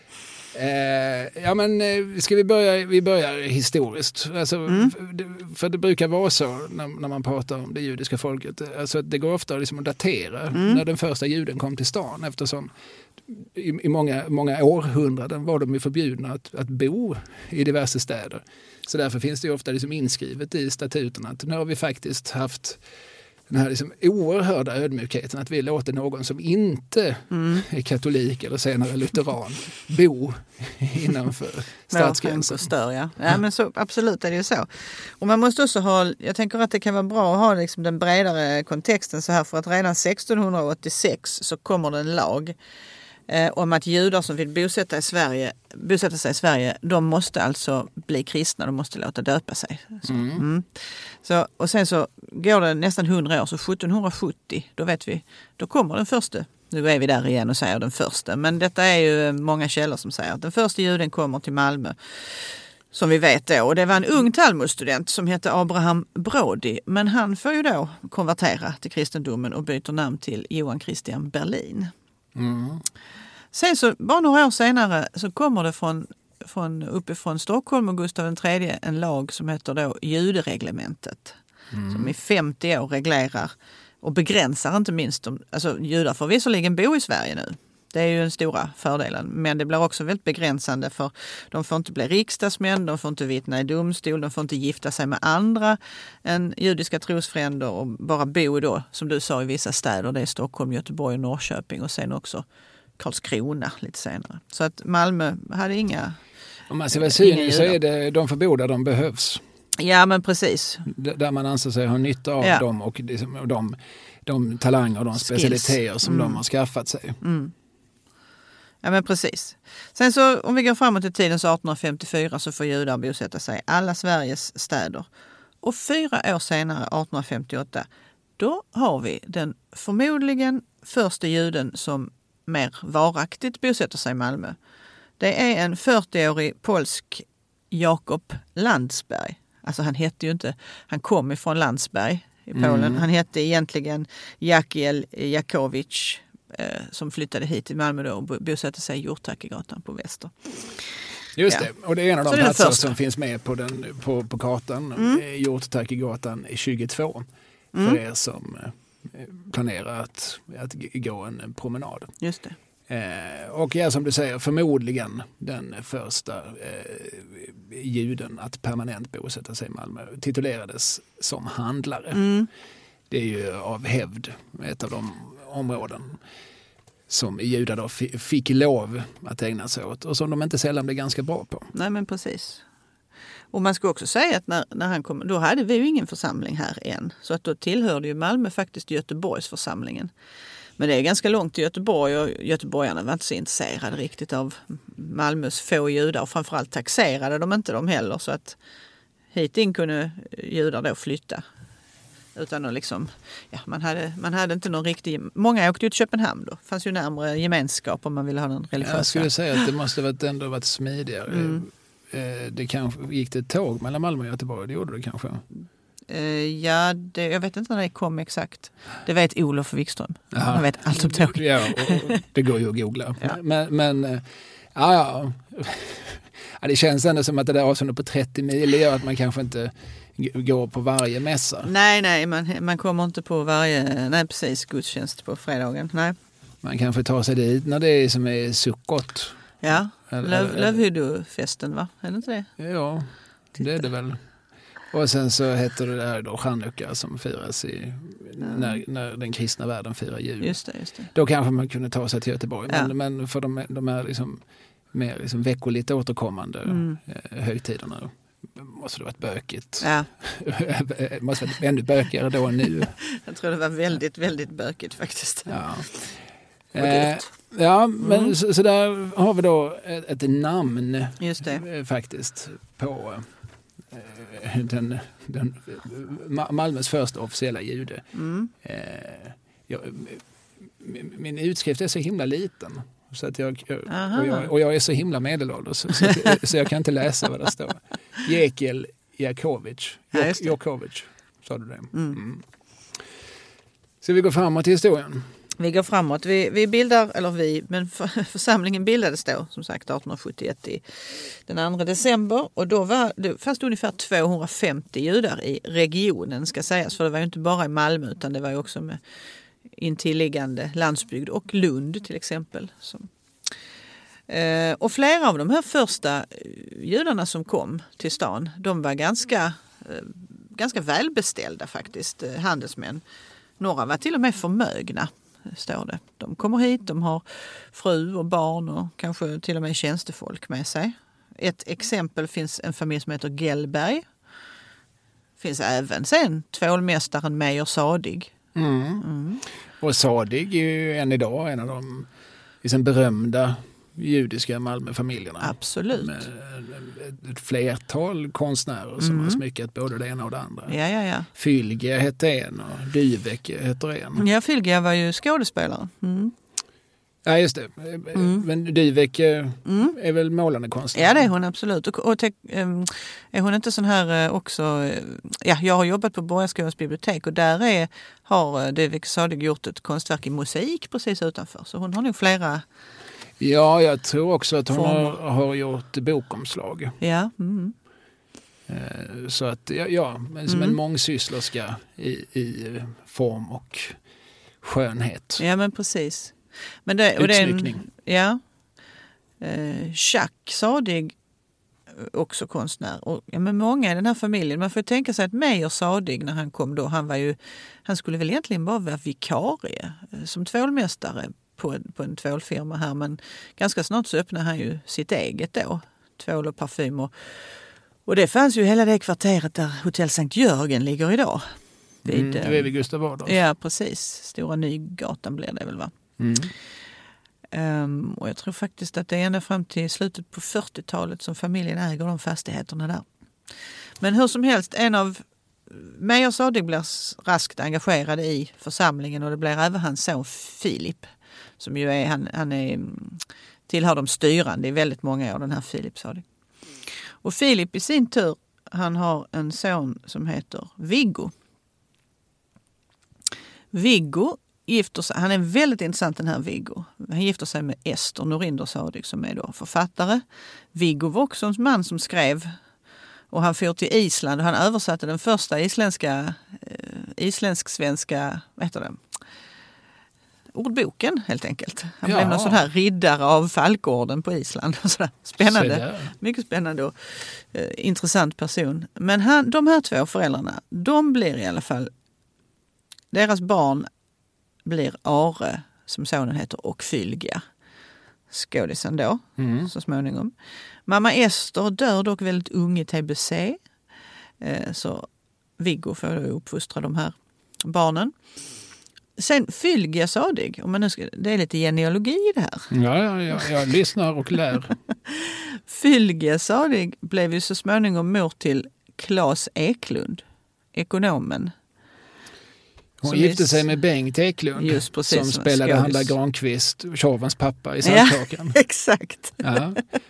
Ja, men ska vi börjar historiskt. Alltså, för det brukar vara så när man pratar om det judiska folket. Alltså, det går ofta liksom att datera när den första juden kom till stan, eftersom i många århundraden var de ju förbjudna att bo i diverse städer. Så därför finns det ju ofta liksom inskrivet i statuterna att nu har vi faktiskt haft den här liksom oerhörda ödmjukheten att vi låter någon som inte är katolik eller senare lutheran bo innanför stadsgränsen. Ja, men så, absolut är det ju så. Och man måste också jag tänker att det kan vara bra att ha liksom den bredare kontexten så här, för att redan 1686 så kommer det en lag om att judar som vill bosätta sig i Sverige, de måste alltså bli kristna, de måste låta döpa sig. Så, och sen så går det nästan 100 år, så 1770, då vet vi, då kommer den första. Nu är vi där igen och säger den första, men detta är ju många källor som säger att den första juden kommer till Malmö, som vi vet då. Och det var en ung Talmudstudent som hette Abraham Brody, men han får ju då konvertera till kristendomen och byter namn till Johan Christian Berlin. Sen så bara några år senare så kommer det uppifrån Stockholm och Gustav III en lag som heter då judereglementet. Som i 50 år reglerar och begränsar inte minst alltså judar får visserligen bo i Sverige nu. Det är ju den stora fördelen. Men det blir också väldigt begränsande, för de får inte bli riksdagsmän, de får inte vittna i domstol, de får inte gifta sig med andra än judiska trosfränder och bara bo då, som du sa, i vissa städer. Det är Stockholm, Göteborg och Norrköping och sen också Karlskrona lite senare. Så att Malmö hade inga... Om man ska vara cynisk så är det de får bo där de behövs. Ja, men precis. Där man anser sig ha nytta av dem och de talanger och de specialiteter som de har skaffat sig. Ja, men precis. Sen så om vi går framåt i tiden så 1854 så får judar bosätta sig i alla Sveriges städer. Och 4 år senare, 1858, då har vi den förmodligen första juden som mer varaktigt bosätter sig i Malmö. Det är en 40-årig polsk Jakob Landsberg. Alltså han kom ifrån Landsberg i Polen. Han hette egentligen Jakiel Jakowicz som flyttade hit till Malmö då och bosatte sig i Hjorthackegatan på Väster. Just det, och det är en av de platser som finns med på kartan. Hjorthackegatan 22 för er som planerar att gå en promenad. Just det. Och som du säger, förmodligen den första juden att permanent bosätta sig i Malmö titulerades som handlare. Det är ju av hävd ett av de områden som judar då fick lov att ägna sig åt och som de inte sällan blev ganska bra på. Nej, men precis. Och man ska också säga att när han kom, då hade vi ju ingen församling här än. Så att då tillhörde ju Malmö faktiskt Göteborgs församlingen. Men det är ganska långt till Göteborg och göteborgarna var inte så intresserade riktigt av Malmös få judar. Och framförallt taxerade de inte dem heller, så att hit in kunde judar då flytta. Utan att liksom, man hade inte någon riktig... Många åkte ju till Köpenhamn då. Det fanns ju närmare gemenskap om man ville ha någon religiös. Jag skulle säga att det måste ändå varit smidigare. det kanske gick det ett tåg mellan Malmö och Göteborg. Det gjorde det kanske. Ja, jag vet inte när det kom exakt. Det vet Olof Wikström. Han vet allt om tåg. Ja, och det går ju att googla. Ja. Men ja, det känns ändå som att det där avståndet på 30 mil gör att man kanske inte går på varje mässa. Nej, man kommer inte på varje gudstjänst på fredagen. Nej. Man kanske tar sig dit när det är som är sukkot. Ja, Lövhyddofesten, va? Är det inte det? Ja, det är det väl. Och sen så heter det där då Chanukka som firas när den kristna världen firar jul. Just det. Då kanske man kunde ta sig till Göteborg. Men för de är liksom mer liksom veckoligt återkommande högtiderna måste det varit bökigt. Ja. Måste vara ännu bökigare då än nu. Jag tror det var väldigt, väldigt bökigt faktiskt. Ja. Ja, men så där har vi då ett namn. Just det. Faktiskt på den Malmös första officiella jude. Min utskrift är så himla liten så att jag är så himla medelålders så jag kan inte läsa vad det står. Jekiel Jakovic. Jakovic, sa du det? Så vi går framåt i historien. Vi går framåt. Men församlingen bildades då som sagt 1871 den 2 december och då fanns det ungefär 250 judar i regionen ska sägas, för det var ju inte bara i Malmö utan det var ju också med intilliggande landsbygd och Lund till exempel. Och flera av de här första judarna som kom till stan, de var ganska välbeställda faktiskt, handelsmän. Några var till och med förmögna, står det. De kommer hit, de har fru och barn och kanske till och med tjänstefolk med sig. Ett exempel finns en familj som heter Gellberg. Finns även sen tvålmästaren Meir Sadig. Och Sadig är ju än idag en av de liksom berömda judiska Malmöfamiljerna. Absolut. Med ett flertal konstnärer som har smyckat både det ena och det andra. Ja. Fylge hette en och Dyveke heter en. Ja, Fylge var ju skådespelare. Ja, just det. Men Dyveke är väl målande konstnär? Ja, det är hon absolut. Och är hon inte sån här också... Ja, jag har jobbat på Borgaskolans bibliotek och där har Dyveke Sadig gjort ett konstverk i musik precis utanför. Så hon har nog flera... Ja, jag tror också att hon har gjort bokomslag. Ja. Så att, men som en mångsysslerska i form och skönhet. Ja, men precis. Men utsmyckning. Jacques Sadig, också konstnär. Och, men många i den här familjen. Man får tänka sig att Meir Sadig när han kom då, han skulle väl egentligen bara vara vikarie som tvålmästare på en tvålfirma här, men ganska snart så öppnade han ju sitt eget då, tvål och parfym och det fanns ju hela det kvarteret där Hotell Sankt Jörgen ligger idag. Det är vid Gustav Adolf. Ja, precis. Stora Nygatan blir det väl, va? Och jag tror faktiskt att det är ända fram till slutet på 40-talet som familjen äger de fastigheterna där. Men hur som helst, Meir Sadig blir raskt engagerad i församlingen och det blir även hans son Filip som ju tillhör de styrande i väldigt många år, den här Filip Sadig. Och Filip i sin tur, han har en son som heter Viggo. Viggo gifter sig, han är väldigt intressant den här Viggo. Han gifter sig med Ester Norinder Sadig som är då författare. Viggo var också en man som skrev och han for till Island och han översatte den första isländsk-svenska, vad heter det? Ordboken helt enkelt. Han blev någon sån här riddare av Falkorden på Island. Spännande. Mycket spännande och intressant person. Men de här två föräldrarna, de blir i alla fall, deras barn blir Are, som sonen heter, och Fylgia. Skådisen då, så småningom. Mamma Ester dör dock väldigt ung i TBC. Så Viggo får då uppfostra de här barnen. Sen Fylgia Sadig, det är lite genealogi i det här. Ja, jag lyssnar och lär. Fylgia Sadig blev ju så småningom mor till Claes Eklund, ekonomen. Hon gifte sig med Bengt Eklund, just precis, som spelade Handla Granqvist, Tjorvens pappa i Sandkakan. Ja, exakt. Ja.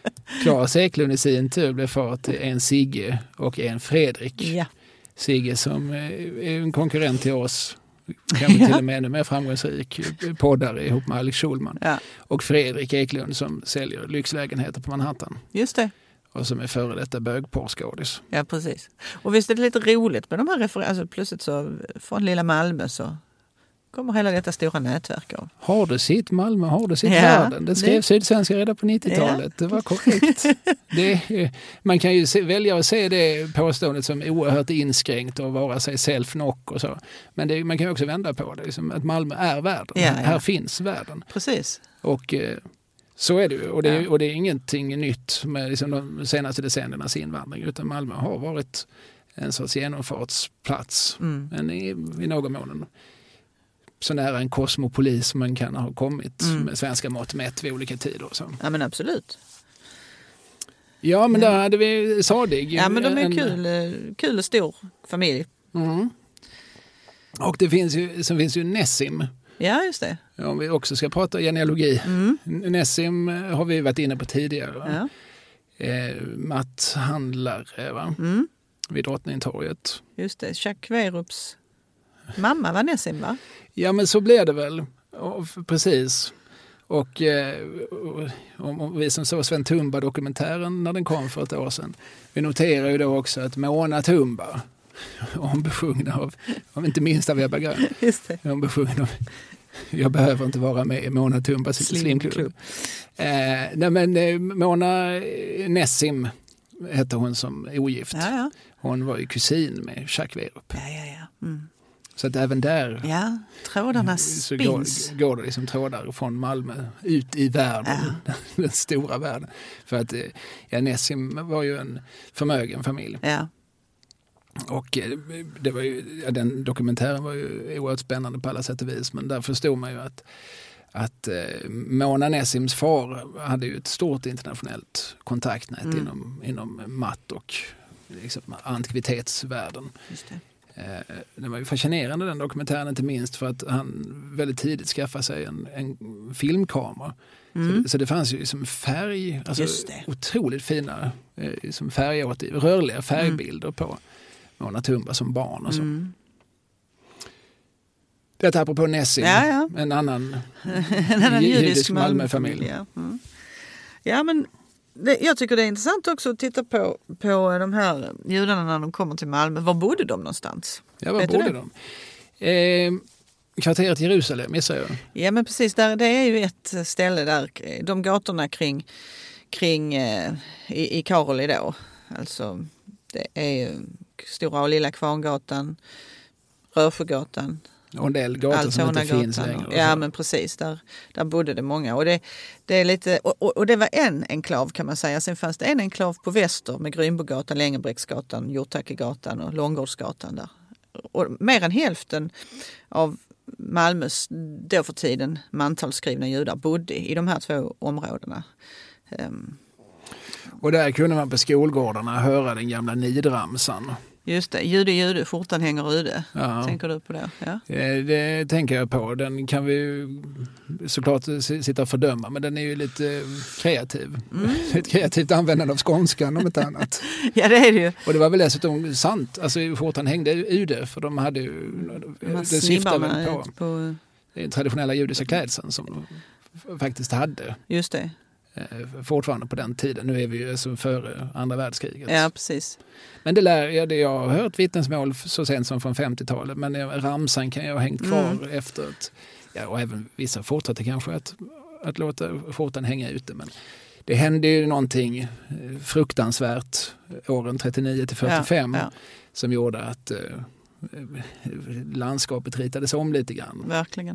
Claes Eklund i sin tur blev far till en Sigge och en Fredrik. Ja. Sigge som är en konkurrent till oss, kanske till och med ännu mer framgångsrik poddare ihop med Alex Schulman. Ja. Och Fredrik Eklund som säljer lyxlägenheter på Manhattan. Just det. Och som är före detta bögporrskådis. Ja, precis. Och visst är det lite roligt med de här referenserna. Alltså, plötsligt så från lilla Malmö så kommer hela detta stora nätverk av. Har du sitt Malmö, har du sitt världen? Det skrev Sydsvenska redan på 90-talet. Det var korrekt. Man kan ju välja att se det påståendet som oerhört inskränkt och vara sig self-knock och så. Men man kan ju också vända på det. Liksom att Malmö är världen. Ja. Här finns världen. Precis. Och så är det ju. Och det är ingenting nytt med liksom de senaste decenniernas invandring. Utan Malmö har varit en sorts genomfartsplats. I någon mån så nära en kosmopolis som man kan ha kommit med svenska mått mätt vid olika tider. Och så. Ja, men absolut. Ja, men där hade vi Sadig. Ja, men de är kul och stor familj. Och det finns ju Nessim. Ja, just det. Om vi också ska prata genealogi. Nessim har vi varit inne på tidigare. Ja. Matthandlare, va? Vid Drottningtorget. Just det, Jacques Werups mamma var Nessim, va? Ja, men så blev det väl. Precis. Och vi som såg Sven Tumba-dokumentären när den kom för ett år sedan, vi noterar ju då också att Mona Tumba, ombesjungen av inte minst av Ebba Grön, ombesjungen av jag behöver inte vara med i Mona Tumbas slimklubb. Mona Nessim hette hon som ogift. Ja. Hon var ju kusin med Jacques Werup. Ja. Så att även där trådarna spins. Så går det liksom trådar från Malmö ut i världen, den stora världen. För att Nessim var ju en förmögen familj. Ja. Och det var ju, den dokumentären var ju oerhört spännande på alla sätt och vis. Men där förstod man ju att Mona Nessims far hade ju ett stort internationellt kontaktnät inom matt och liksom antikvitetsvärlden. Just det. Det var ju fascinerande den dokumentären, inte minst för att han väldigt tidigt skaffade sig en filmkamera. Så det fanns ju som färg, alltså otroligt fina som rörliga färgbilder på Mona Tumba som barn och så. Detta apropå Nessim, en annan judisk Malmöfamilj. Ja, men jag tycker det är intressant också att titta på de här judarna när de kommer till Malmö. Var bodde de någonstans? Ja, var bodde de? Kvarteret Jerusalem, gissar jag. Ja, men precis. Det är ju ett ställe där, de gatorna kring i Karoli då. Alltså, det är ju Stora och Lilla Kvarngatan, Rörsjögatan. Och en del gator som inte finns längre. Ja, men precis. Där bodde det många. Och det är lite, och det var en enklav kan man säga. Sen fanns det en enklav på väster med Grynbogatan, Längebräcksgatan, Hjortackegatan och Långgårdsgatan där. Och mer än hälften av Malmös då för tiden mantalsskrivna judar bodde i de här två områdena. Och där kunde man på skolgårdarna höra den gamla nidramsan. Just det, jude, skjortan hänger ute. Ja. Tänker du på det? Ja. Det tänker jag på. Den kan vi såklart sitta och fördöma, men den är ju lite kreativ. Ett kreativt användande av skånskan om inte annat. Ja, det är det ju. Och det var väl dessutom sant. Alltså skjortan hängde ute för de hade ju... Det syftar väl på den traditionella judiska klädseln som de faktiskt hade. Just det. Fortfarande på den tiden. Nu är vi ju alltså före andra världskriget. Ja, precis. Men jag har hört vittnesmål så sent som från 50-talet, men ramsan kan ju ha hängt kvar efteråt. Ja, och även vissa fortsatte kanske att låta skjortan hänga ute. Men det hände ju någonting fruktansvärt åren 39 till 45 som gjorde att landskapet ritades om lite grann. Verkligen.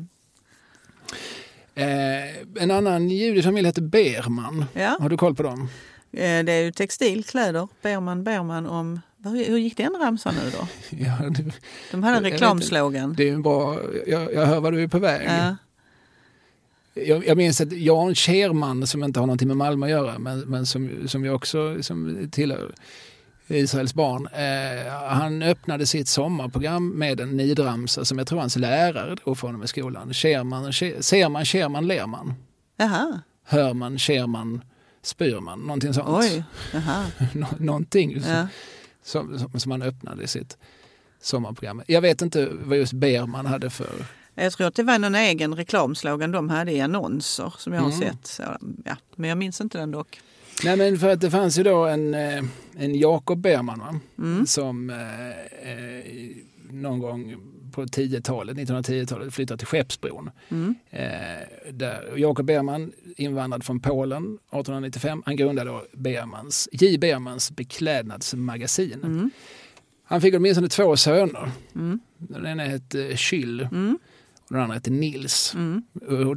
En annan judisk familj heter Berman. Ja. Har du koll på dem? Det är ju textilkläder. Berman om... Hur gick den ramsan nu då? De hade en reklamslogan. Det är en bra... Jag hör vad du är på väg. Ja. Jag minns att Jan Scherman, som inte har någonting med Malmö att göra, men som jag också som tillhör Israels barn, han öppnade sitt sommarprogram med en nidramsa som jag tror hans lärare då från honom i skolan. Ser man, Scherman, ler man. Jaha. Hör man, Scherman, spyr man, någonting sånt. Oj, jaha. Någonting som man öppnade i sitt sommarprogram. Jag vet inte vad just Berman hade för... Jag tror att det var någon egen reklamslogan de hade i annonser som jag har sett. Så, ja. Men jag minns inte den dock. Nej, men för att det fanns ju då en Jakob Berman, va? Som någon gång på 1910-talet flyttade till Skeppsbron. Där Jakob Berman invandrad från Polen 1895. Han grundade då J. Bermans beklädnadsmagasin. Han fick åtminstone 2 söner. Den ena hette Skyll och den andra hette Nils. Och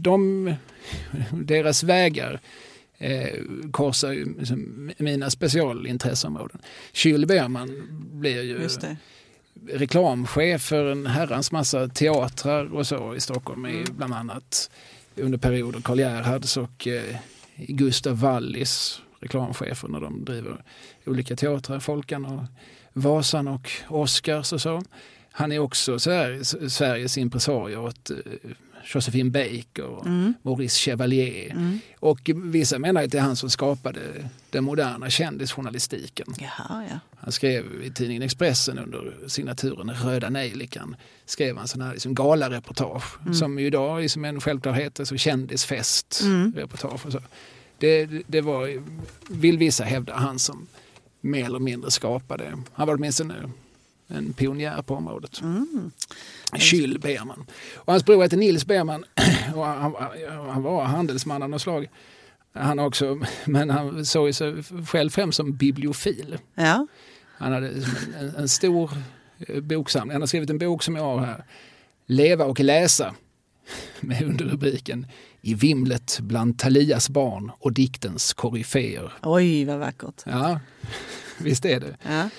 deras vägar korsar ju mina specialintresseområden. Skyll Berman blir ju reklamchef för en herrans massa teatrar och så i Stockholm, bland annat under perioder Karl Gerhards och Gustav Wallis reklamchefer när de driver olika teatrar, Folkan och Vasan och Oscars och så. Han är också Sveriges impresarie åt Josephine Baker och Maurice Chevalier. Och vissa menar att det är han som skapade den moderna kändisjournalistiken. Jaha, ja. Han skrev i tidningen Expressen under signaturen Röda Nejlikan, skrev han sån här liksom galareportage som ju idag är som en självklarhet, alltså kändisfest-reportage och så. Det var, vill vissa hävda, han som mer eller mindre skapade. Han var åtminstone en pionjär på området. Skyll Berman. Och hans bror heter Nils Berman och han var handelsman av något slag. Han också, men han såg sig själv främst som bibliofil. Ja. Han hade en stor boksamling. Han har skrivit en bok som jag har här. Leva och läsa, med underrubriken I vimlet bland Talias barn och diktens koryféer. Oj, vad vackert. Ja, visst är det. Ja.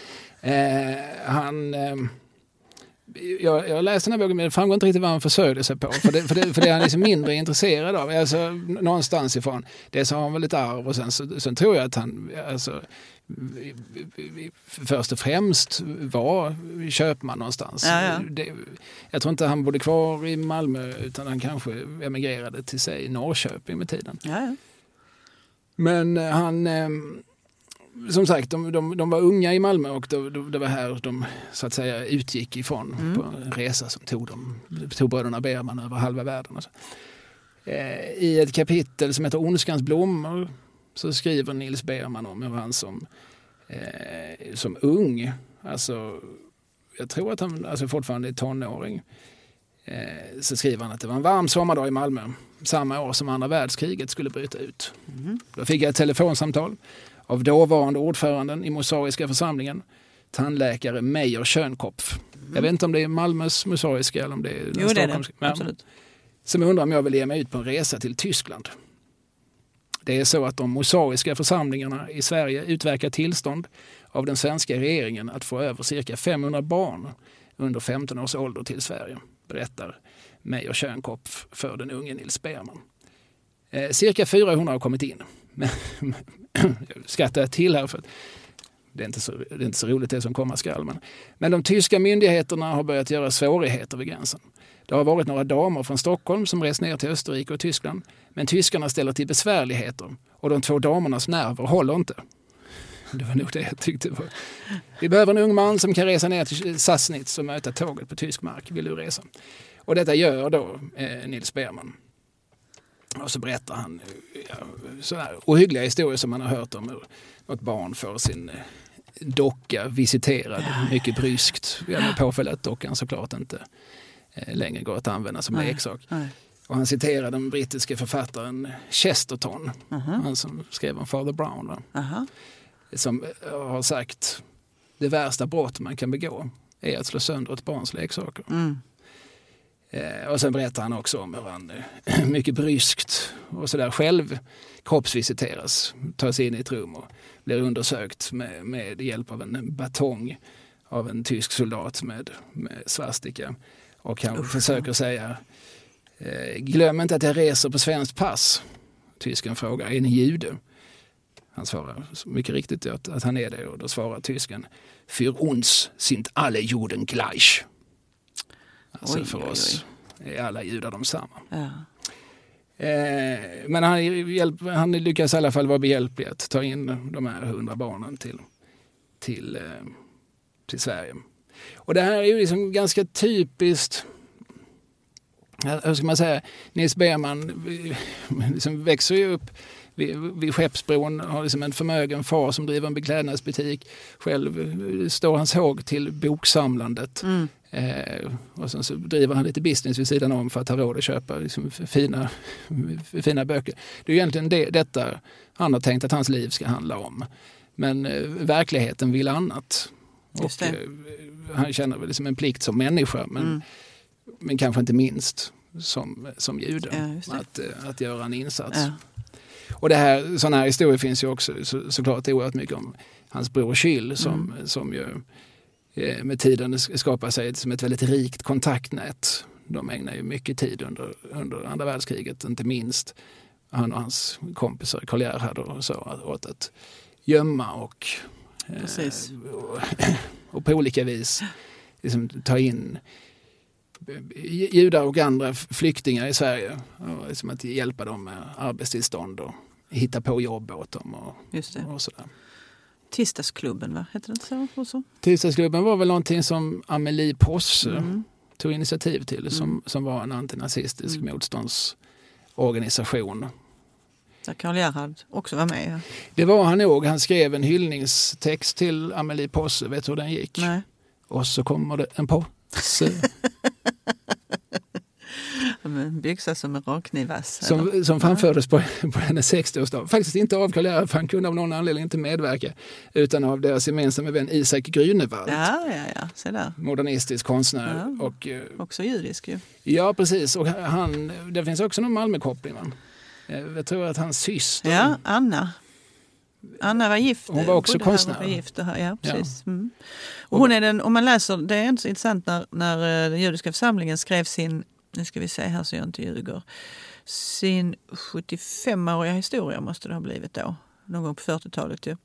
Jag läste den här boken, men det framgår inte riktigt vad han försörjde sig på. För det är han liksom mindre intresserad av. Alltså, någonstans ifrån. Det så har han väl ett arv och sen tror jag att han först och främst var köpman någonstans. Ja. Jag tror inte han bodde kvar i Malmö utan han kanske emigrerade till sig Norrköping med tiden. Ja. Men han... Som sagt, de var unga i Malmö och det var här de så att säga utgick ifrån på en resa som tog bröderna Berman över halva världen. Och så. I ett kapitel som heter Ondskans blommor så skriver Nils Berman om hur han som ung, alltså jag tror att han fortfarande är tonåring, så skriver han att det var en varm sommardag i Malmö samma år som andra världskriget skulle bryta ut. Då fick jag ett telefonsamtal av dåvarande ordföranden i Mosaiska församlingen, tandläkare Meijer Schönkopf. Jag vet inte om det är Malmös Mosaiska eller om det är den stockholmska. Det är det. Absolut. Som undrar om jag vill ge mig ut på en resa till Tyskland. Det är så att de mosaiska församlingarna i Sverige utverkar tillstånd av den svenska regeringen att få över cirka 500 barn under 15 års ålder till Sverige, berättar Meijer Schönkopf för den unge Nils Berman. Cirka 400 har kommit in. Men jag skrattar till här för att det är inte så roligt det som komma skall. Men de tyska myndigheterna har börjat göra svårigheter vid gränsen. Det har varit några damer från Stockholm som rest ner till Österrike och Tyskland. Men tyskarna ställer till besvärligheter och de 2 damernas nerver håller inte. Det var nog det jag tyckte var. Vi behöver en ung man som kan resa ner till Sassnitz och möta tåget på tysk mark. Vill du resa? Och detta gör då Nils Berman. Och så berättar han sådär ohyggliga historier som man har hört om hur något barn får sin docka visiterad mycket bryskt. Med påföljd att dockan såklart inte längre går att använda som leksak. Och han citerar den brittiska författaren Chesterton, han som skrev om Father Brown, som har sagt det värsta brott man kan begå är att slå sönder ett barns leksaker. Och sen berättar han också om hur han mycket bryskt och sådär själv kroppsvisiteras, tar sig in i ett rum och blir undersökt med hjälp av en batong av en tysk soldat med svastika. Och han försöker säga glöm inte att jag reser på svenskt pass. Tysken frågar, är ni jude? Han svarar mycket riktigt att han är det, och då svarar tysken für uns sind alle Juden gleich. Alltså för oss är alla judar de samma. Ja. Men han lyckas i alla fall vara behjälplig att ta in de här 100 barnen till Sverige. Och det här är ju liksom ganska typiskt, hur ska man säga, Nils Bergman liksom växer ju upp vid Skeppsbron, har liksom en förmögen far som driver en beklädnadsbutik. Själv står hans håg till boksamlandet. Och sen så driver han lite business vid sidan om för att ha råd att köpa liksom fina böcker. Det är egentligen detta han har tänkt att hans liv ska handla om. Men verkligheten vill annat. Och han känner väl liksom en plikt som människa, men kanske inte minst som jude, att göra en insats. Ja. Och sådana här historier finns ju också såklart oerhört mycket om hans bror Schill som ju med tiden skapar sig som ett väldigt rikt kontaktnät. De ägnar ju mycket tid under andra världskriget, inte minst han och hans kompisar Karl Gerhard och så, åt att gömma och på olika vis liksom ta in judar och andra flyktingar i Sverige och liksom att hjälpa dem med arbetstillstånd och hitta på jobb åt dem och sådär. Tisdagsklubben, va? Heter det så? Tisdagsklubben var väl någonting som Amelie Posse tog initiativ till som var en antinazistisk motståndsorganisation. Där Karl Gerhard också var med. Ja. Det var han nog. Han skrev en hyllningstext till Amelie Posse. Vet du hur den gick? Nej. Och så kommer det en posse. En byxa som en rakknivvass. Som framfördes på hennes 60-årsdag. Faktiskt inte av Karl Gerhard, för han kunde av någon anledning inte medverka, utan av deras gemensamma vän Isak Grünewald. Ja. Se där. Modernistisk konstnär. Ja. Och också judisk ju. Ja, precis. Och det finns också någon Malmökoppling, va? Jag tror att hans syster... Ja, Anna var gift. Hon var också konstnär. Var gift ja, precis. Ja. Och hon är den, om man läser, det är inte så intressant när den judiska församlingen skrev sin, nu ska vi se här så jag inte ljuger, sin 75-åriga historia måste det ha blivit då. Någon gång på 40-talet ju.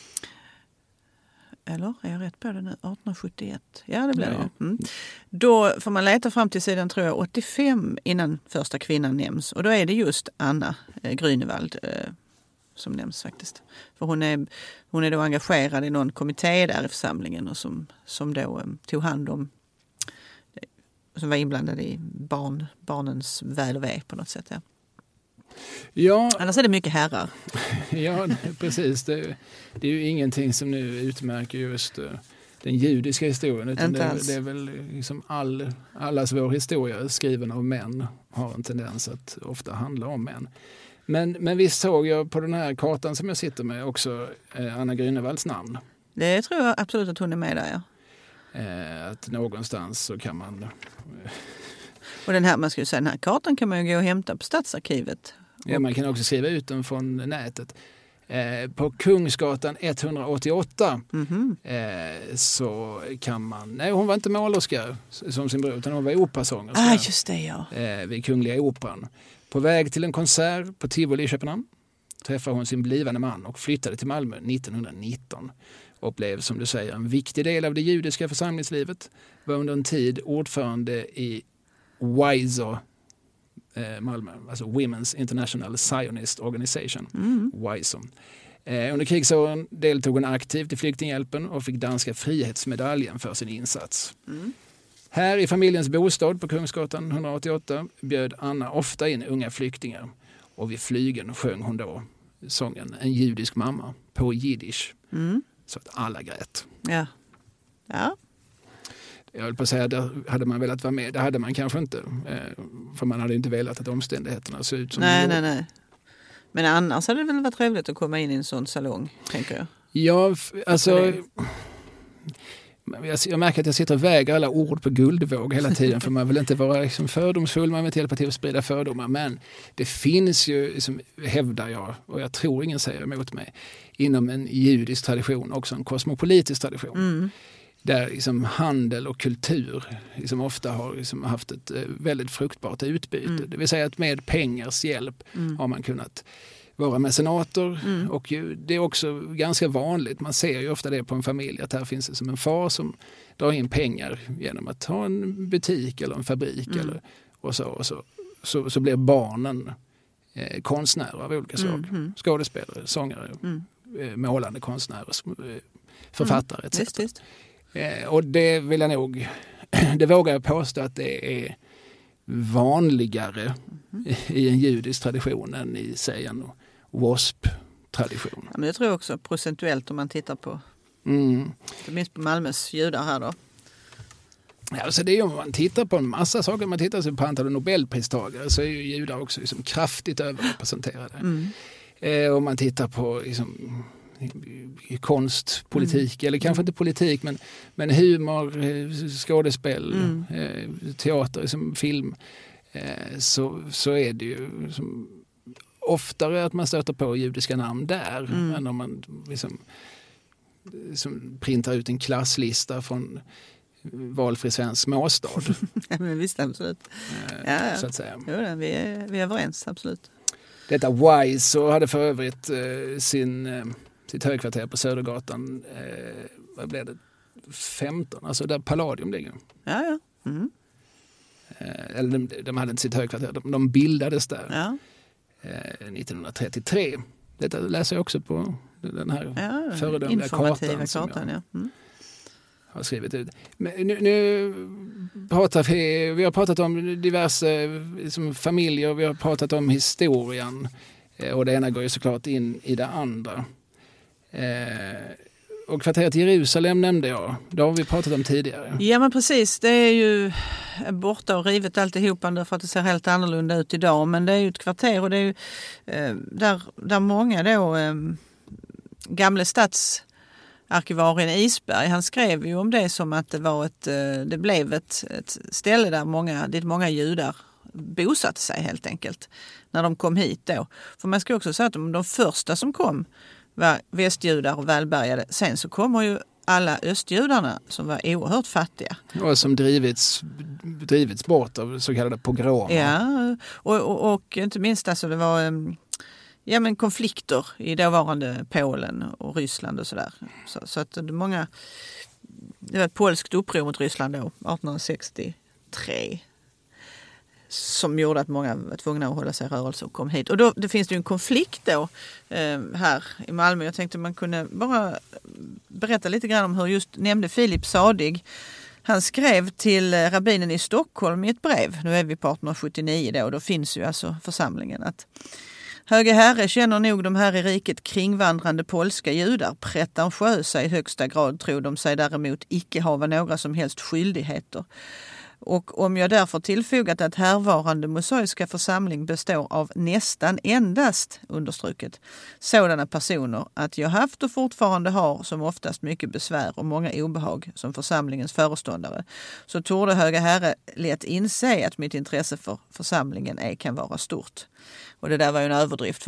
Eller är jag rätt på det nu? 1871. Ja, det blir det. Då får man leta fram till sidan, tror jag, 85 innan första kvinnan nämns. Och då är det just Anna Grünewald som nämns faktiskt. För hon är då engagerad i någon kommitté där i församlingen och som då tog hand om, som var inblandad i barnens väl och ve på något sätt. Ja. Annars är det mycket herrar. Ja, precis. Det är ju ingenting som nu utmärker just den judiska historien. Utan det är väl liksom allas vår historia skriven av män har en tendens att ofta handla om män. Men visst såg jag på den här kartan som jag sitter med också Anna Grünewalds namn. Det tror jag absolut att hon är med där, ja. Att någonstans så kan man... Och den här kartan kan man ju gå och hämta på Stadsarkivet. Ja, man kan också skriva ut den från nätet. På Kungsgatan 188 så kan man... Nej, hon var inte målerska som sin bror, utan hon var operasångerska. Just det, ja. Vid Kungliga Operan. På väg till en konsert på Tivoli i Köpenhamn träffade hon sin blivande man och flyttade till Malmö 1919. Och blev, som du säger, en viktig del av det judiska församlingslivet. Var under en tid ordförande i WISO Malmö, alltså Women's International Zionist Organization, WISO. Under krigsåren deltog hon aktivt i flyktinghjälpen och fick danska frihetsmedaljen för sin insats. Här i familjens bostad på Kungsgatan 188 bjöd Anna ofta in unga flyktingar. Och vid flygen sjöng hon då sången En judisk mamma på jiddisch. Så att alla grät. Ja. Jag vill på säga, där hade man velat vara med. Det hade man kanske inte. För man hade inte velat att omständigheterna såg ut som Nej. Men annars hade det väl varit trevligt att komma in i en sån salong, tänker jag. Ja, alltså... Jag märker att jag sitter och väger alla ord på guldvåg hela tiden, för man vill inte vara liksom fördomsfull, man vill inte hjälpa till att sprida fördomar, men det finns ju, liksom, hävdar jag, och jag tror ingen säger emot mig, inom en judisk tradition också en kosmopolitisk tradition. Där liksom handel och kultur liksom ofta har liksom haft ett väldigt fruktbart utbyte. Det vill säga att med pengars hjälp har man kunnat vara mecenater och det är också ganska vanligt. Man ser ju ofta det på en familj, att här finns det som en far som drar in pengar genom att ha en butik eller en fabrik eller, och så blir barnen konstnärer av olika slag. Skådespelare, sångare, målande konstnärer, författare etc. Just. Och det vill jag nog, det vågar jag påstå att det är vanligare i en judisk tradition än i, säg, en WASP-tradition. Ja, men jag tror också procentuellt om man tittar på minst på Malmös judar här då. Ja, så det är ju om man tittar på en massa saker, man tittar på antalet Nobelpristagare så är ju judar också liksom kraftigt överrepresenterade. Om man tittar på liksom, konst, politik, eller kanske inte politik men humor, skådespel, teater, liksom, film, så är det ju liksom, oftare att man stöter på judiska namn där än om man liksom printar ut en klasslista från valfri svensk småstad. Ja, men visst, absolut. Så att säga. Jo, vi är överens, absolut. Detta Wise så hade för övrigt sitt högkvarter på Södergatan, vad blev det? 15, alltså där Palladium ligger. Ja. Eller de hade inte sitt högkvarter, de bildades där 1933. Detta läser jag också på den här föredömliga kartan. Har skrivit ut. Men nu pratar vi har pratat om diverse liksom, familjer, vi har pratat om historien och det ena går ju såklart in i det andra. Och kvarteret Jerusalem nämnde jag. Det har vi pratat om tidigare. Ja, men precis. Det är ju borta och rivet alltihopa för att det ser helt annorlunda ut idag. Men det är ju ett kvarter och det är ju där många då gamla stadsarkivarien Isberg, han skrev ju om det som att det blev ett ställe dit många judar bosatte sig helt enkelt när de kom hit då. För man ska också säga att de första som kom var västjudar och välbärgade. Sen så kommer ju alla östjudarna som var oerhört fattiga. Och som drivits bort av så kallade pogromer. Ja, och inte minst alltså det var konflikter i dåvarande Polen och Ryssland och sådär. Så att det var ett polskt uppror mot Ryssland då, 1863. Som gjorde att många var tvungna att hålla sig i rörelse och kom hit. Och då det finns det ju en konflikt då här i Malmö. Jag tänkte man kunde bara berätta lite grann om hur just nämnde Filip Sadig. Han skrev till rabbinen i Stockholm i ett brev. Nu är vi på 1879 då och då finns ju alltså församlingen att Höge Herre känner nog de här i riket kringvandrande polska judar pretentiösa i högsta grad, tror de sig däremot icke hava några som helst skyldigheter. Och om jag därför tillfogat att härvarande mosaiska församling består av nästan endast, understruket, sådana personer att jag haft och fortfarande har som oftast mycket besvär och många obehag som församlingens föreståndare, så torde Höga Herre lätt inse att mitt intresse för församlingen kan vara stort. Och det där var ju en överdrift för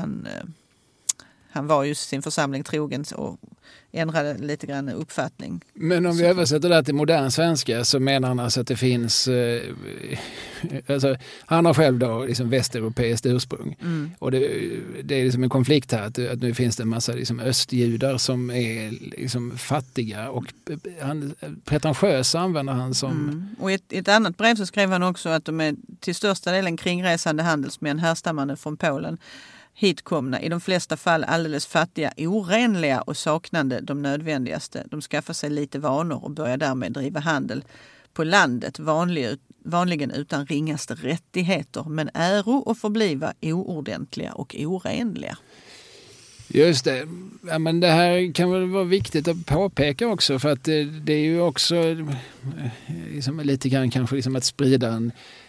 han var ju sin församling trogen och ändrade lite grann uppfattning. Men om vi översätter det till modern svenska så menar han alltså att det finns alltså, han har själv då liksom västeuropeiskt ursprung. Och det är liksom en konflikt här att nu finns det en massa liksom östjudar som är liksom fattiga och pretentiösa använder han som... Och i ett annat brev så skrev han också att de är till största delen kringresande handelsmän härstammande från Polen, hitkomna, i de flesta fall alldeles fattiga, orenliga och saknande de nödvändigaste. De skaffar sig lite vanor och börjar därmed driva handel på landet, vanligen utan ringaste rättigheter, men äro och förbliva oordentliga och orenliga. Just det. Ja, men det här kan väl vara viktigt att påpeka också, för att det är ju också liksom lite grann kanske liksom att sprida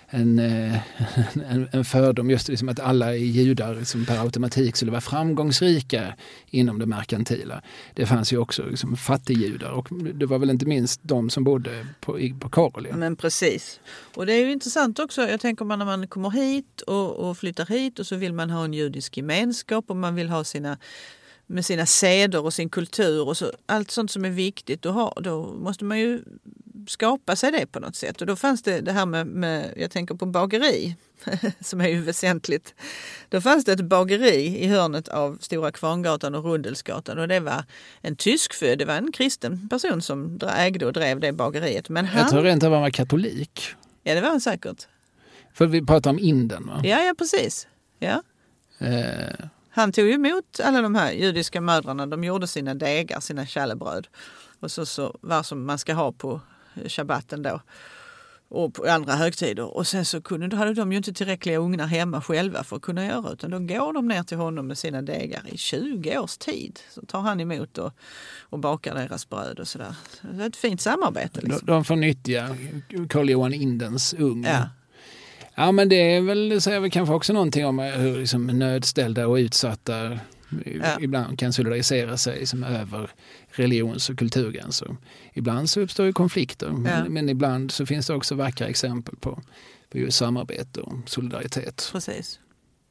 en fördom, just liksom att alla judar liksom per automatik skulle vara framgångsrika inom det merkantila. Det fanns ju också liksom fattigjudar och det var väl inte minst de som bodde på Karolien. Men precis. Och det är ju intressant också, jag tänker när man kommer hit och flyttar hit och så vill man ha en judisk gemenskap och man vill ha med sina seder och sin kultur och så, allt sånt som är viktigt att ha, då måste man ju skapa sig det på något sätt. Och då fanns det här med jag tänker på bageri som är ju väsentligt. Då fanns det ett bageri i hörnet av Stora Kvarngatan och Rundelsgatan och det var en tyskfödd, det var en kristen person som ägde och drev det bageriet. Men jag tror inte att han var katolik. Ja, det var han säkert. För vi pratar om Inden, va? Ja, precis. Ja. Han tog ju emot alla de här judiska mödrarna. De gjorde sina degar, sina källebröd. Och så vad som man ska ha på shabbaten då. Och på andra högtider. Och sen så hade de ju inte tillräckliga ugnar hemma själva för att kunna göra. Utan då går de ner till honom med sina degar i 20 års tid. Så tar han emot och bakar deras bröd och sådär. Så det är ett fint samarbete. Liksom. De får nyttja Carl Johan Indens ugn. Ja. Ja, men det är väl, säger vi kanske också någonting om hur liksom nödställda och utsatta ibland kan solidarisera sig liksom över religions- och kulturgränser. Ibland så uppstår ju konflikter, men ibland så finns det också vackra exempel på just samarbete och solidaritet. Precis.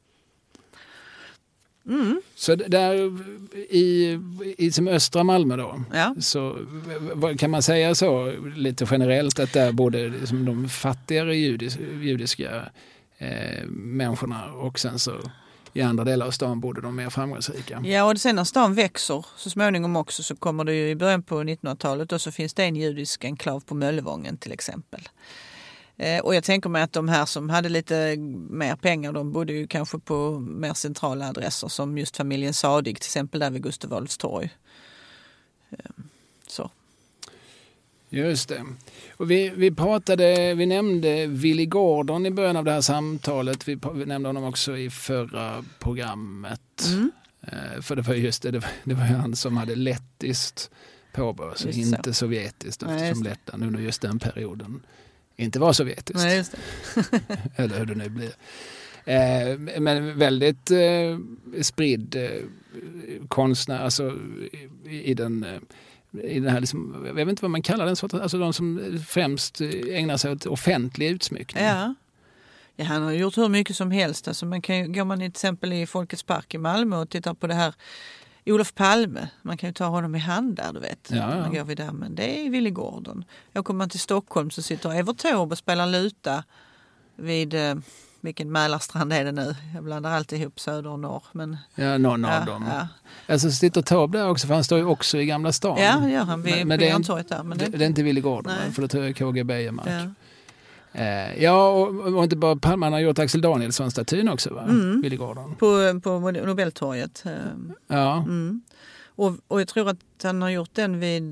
Så där i som östra Malmö då, så kan man säga så lite generellt att där både liksom de fattigare judiska människorna och sen så i andra delar av stan bodde de mer framgångsrika. Ja, och sen när stan växer så småningom också så kommer det ju i början på 1900-talet och så finns det en judisk enklav på Möllevången till exempel. Och jag tänker mig att de här som hade lite mer pengar, de bodde ju kanske på mer centrala adresser som just familjen Sadig, till exempel där vid Gustav Adolfs torg. Så. Just det. Och vi nämnde Willy Gordon i början av det här samtalet. Vi nämnde honom också i förra programmet. För det var just det var han som hade lettiskt påbörjat, så inte sovjetiskt, eftersom Lettland under just den perioden inte var sovjetiskt. Nej, just det. Eller hur det nu blir. Men väldigt spridd konstnär, alltså i den här, liksom, jag vet inte vad man kallar den sorten, alltså de som främst ägnar sig åt offentlig utsmyckning. Ja, han har gjort hur mycket som helst. Alltså går man till exempel i Folkets park i Malmö och tittar på det här Olof Palme, man kan ju ta honom i hand där, du vet. Man går vid dammen. Det är Willy Gordon. Och kommer man till Stockholm så sitter Evert Taube och spelar luta vid vilken Mälarstrand är det nu? Jag blandar alltid ihop söder och norr. Men, någon av dem. Ja. Alltså sitter Taube där också, för han står ju också i Gamla stan. Ja, det gör han vid Järntorget där. Men det är inte Willy Gordon, för det tror jag KGB är mark. Och inte bara Palme, han har gjort Axel Danielsson-statyn också, va? Willy Gordon. På Nobeltorget. Ja. Och jag tror att han har gjort den vid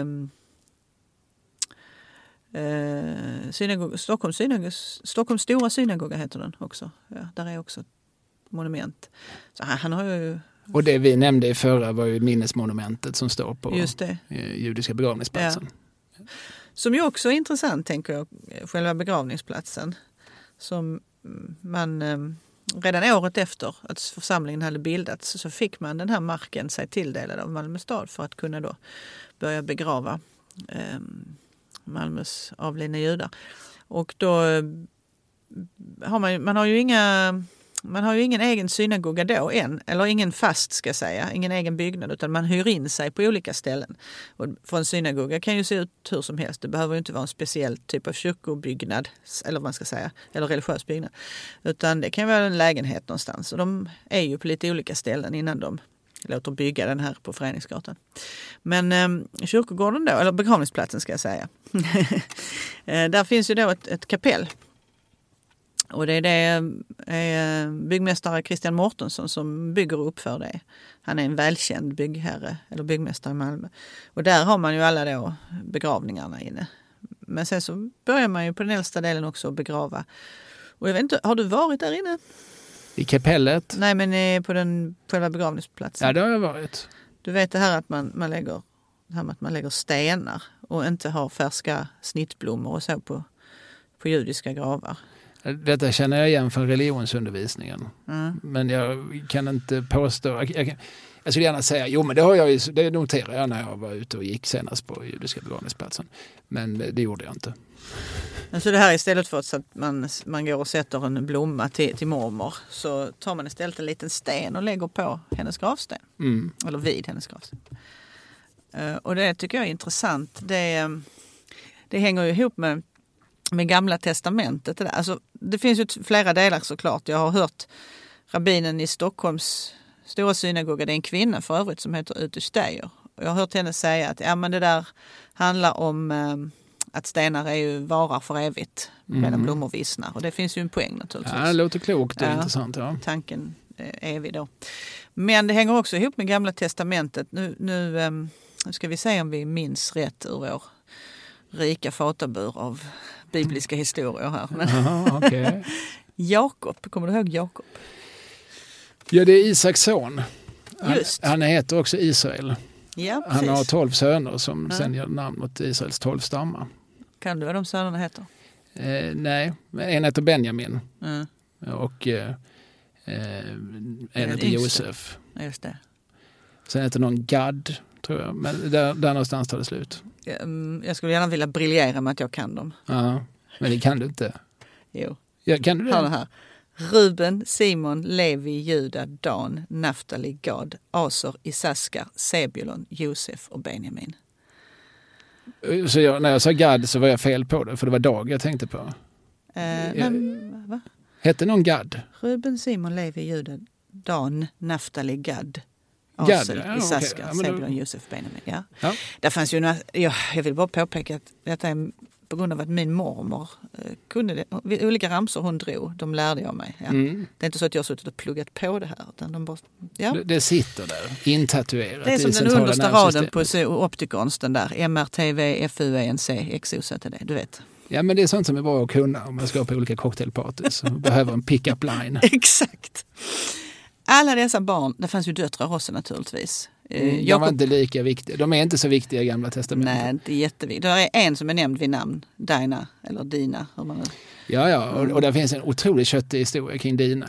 Stockholms stora synagoga heter den också. Ja, där är också ett monument. Så han har ju... Och det vi nämnde i förra var ju minnesmonumentet som står på just det. Judiska begravningsplatsen. Ja. Som ju också är intressant, tänker jag, själva begravningsplatsen. Som man redan året efter att församlingen hade bildats så fick man den här marken sig tilldelad av Malmö stad för att kunna då börja begrava Malmös avlidna judar. Och då har man har ju ingen egen synagoga då än, eller ingen fast ska jag säga, ingen egen byggnad, utan man hyr in sig på olika ställen. Och för en synagoga kan ju se ut hur som helst. Det behöver ju inte vara en speciell typ av kyrkobyggnad, eller vad man ska säga, eller religiös byggnad. Utan det kan vara en lägenhet någonstans. Och de är ju på lite olika ställen innan de låter bygga den här på Föreningsgatan. Men kyrkogården då, eller begravningsplatsen ska jag säga. Där finns ju då ett kapell. Och det är byggmästare Christian Mårtensson som bygger och uppför det. Han är en välkänd byggherre eller byggmästare i Malmö. Och där har man ju alla då begravningarna inne. Men sen så börjar man ju på den äldsta delen också att begrava. Och jag vet inte, har du varit där inne? I kapellet? Nej, men på själva begravningsplatsen. Ja, det har jag varit. Du vet det här att man lägger stenar och inte har färska snittblommor och så på judiska gravar. Detta känner jag igen från religionsundervisningen. Men jag kan inte påstå... Jag skulle gärna säga, men det noterar jag när jag var ute och gick senast på judiska begravningsplatsen. Men det gjorde jag inte. Så det här istället för att man går och sätter en blomma till mormor, så tar man istället en liten sten och lägger på hennes gravsten. Eller vid hennes gravsten. Och det tycker jag är intressant. Det hänger ju ihop med Gamla testamentet. Alltså, det finns ju flera delar såklart. Jag har hört rabbinen i Stockholms stora synagoga, det är en kvinna för övrigt som heter Ute Steyer. Jag har hört henne säga att men det där handlar om att stenar är ju varar för evigt medan blommor vissnar. Och det finns ju en poäng naturligtvis. Ja, det låter klokt och intressant. Ja. Tanken är evig då. Men det hänger också ihop med Gamla testamentet. Nu ska vi se om vi minns rätt ur vår rika fatabur av bibliska historier här. Men okay. Jakob, kommer du ihåg Jakob? Ja, det är Isaks son. Just. Han heter också Israel. Ja, han har 12 söner som sen gör namn åt Israels 12 stammar. Kan du vad de sönerna heter? Nej, en heter Benjamin och en heter Josef. Just det. Sen heter någon Gad, tror jag. Men där någonstans tar det slut. Jag skulle gärna vilja briljera med att jag kan dem. Ja, men det kan du inte. Jo. Ja, kan du det? Hör det här. Ruben, Simon, Levi, Juda, Dan, Naftali, Gad, Aser, Isaskar, Sebulon, Josef och Benjamin. Så när jag sa Gad så var jag fel på det, för det var Dag jag tänkte på. Va? Hette någon Gad? Ruben, Simon, Levi, Juda, Dan, Naftali, Gad, Aser, Isaskar, Sebulon, Josef, Benjamin. Ja. Där fanns ju jag vill bara påpeka att detta är på grund av att min mormor kunde det. Olika ramsor hon drog, de lärde jag mig. Ja. Det är inte så att jag har suttit och pluggat på det här. Utan de bara, det sitter där, intatuerat. Det är som den understa raden på optikerns, den där. MRTV, FUENC, XOZD, du vet. Ja, men det är sånt som är bra att kunna om man ska på olika cocktailpartys och behöver en pick-up line. Exakt. Alla dessa barn, det fanns ju döttrar också naturligtvis. De var inte lika viktiga. De är inte så viktiga i Gamla testamentet. Nej, det är jätteviktigt. Det är en som är nämnd vid namn. Dina, eller Dina. Hur man nu. Ja, och där finns en otroligt köttig historia kring Dina.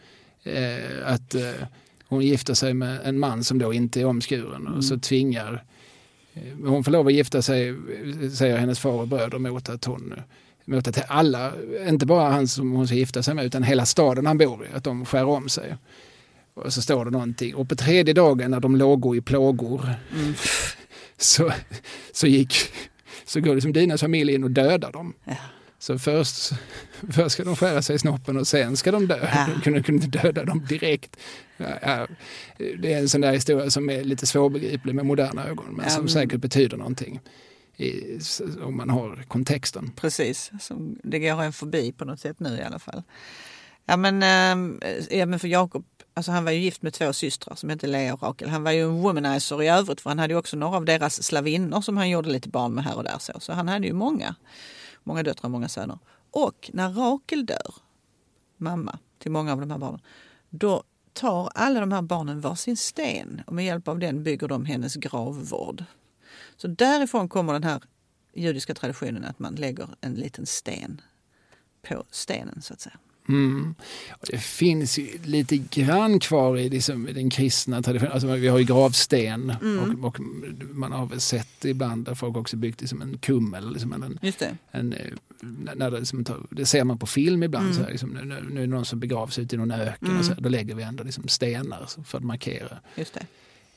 Att hon gifter sig med en man som då inte är omskuren och så tvingar... Hon får lov att gifta sig, säger hennes far och bröder, mot att alla, inte bara han som hon ska gifta sig med, utan hela staden han bor i, att de skär om sig. Och så står det någonting. Och på 3:e dagen när de låg i plågor så går liksom Dinas familj in och dödar dem. Ja. Så först ska de skära sig i snoppen och sen ska de dö. Ja. De kunde inte döda dem direkt. Ja, det är en sån där historia som är lite svårbegriplig med moderna ögon, men som säkert betyder någonting om man har kontexten. Precis, som det går en förbi på något sätt nu i alla fall. Ja, men för Jakob, alltså han var ju gift med 2 systrar som hette Lea och Rakel. Han var ju en womanizer i övrigt, för han hade ju också några av deras slavinnor som han gjorde lite barn med här och där. Så han hade ju många döttrar, många söner. Och när Rakel dör, mamma till många av de här barnen, då tar alla de här barnen varsin sten och med hjälp av den bygger de hennes gravvård. Så därifrån kommer den här judiska traditionen att man lägger en liten sten på stenen, så att säga. Och det finns ju lite grann kvar i den kristna traditionen. Alltså vi har ju gravsten och man har väl sett ibland där folk också byggt liksom en kummel. Liksom det ser man på film ibland. Så här, liksom, nu är det någon som begravs ute i någon öken och så här, då lägger vi ändå liksom stenar för att markera. Just det.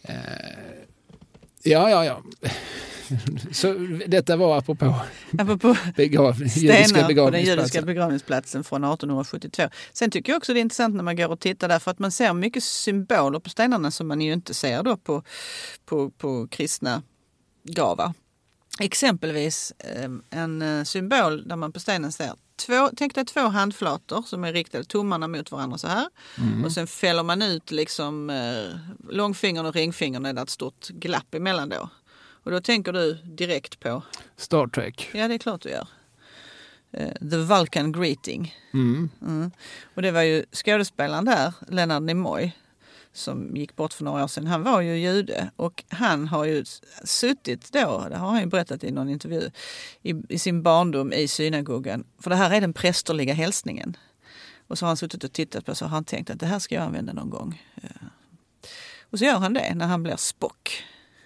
Ja. Så detta var apropå stenar på den judiska begravningsplatsen från 1872. Sen tycker jag också det är intressant när man går och tittar där, för att man ser mycket symboler på stenarna som man ju inte ser då på kristna gravar. Exempelvis en symbol där man på stenen ser tänk dig 2 handflator som är riktade tummarna mot varandra så här. Och sen fäller man ut liksom långfingern och ringfingern, är det ett stort glapp emellan då. Och då tänker du direkt på Star Trek. Ja, det är klart du gör. The Vulcan Greeting. Och det var ju skådespelaren där, Leonard Nimoy, som gick bort för några år sedan. Han var ju jude och han har ju suttit då, det har han ju berättat i någon intervju, i sin barndom i synagogan. För det här är den prästerliga hälsningen. Och så har han suttit och tittat på, så har han tänkt att det här ska jag använda någon gång. Och så gör han det när han blir Spock.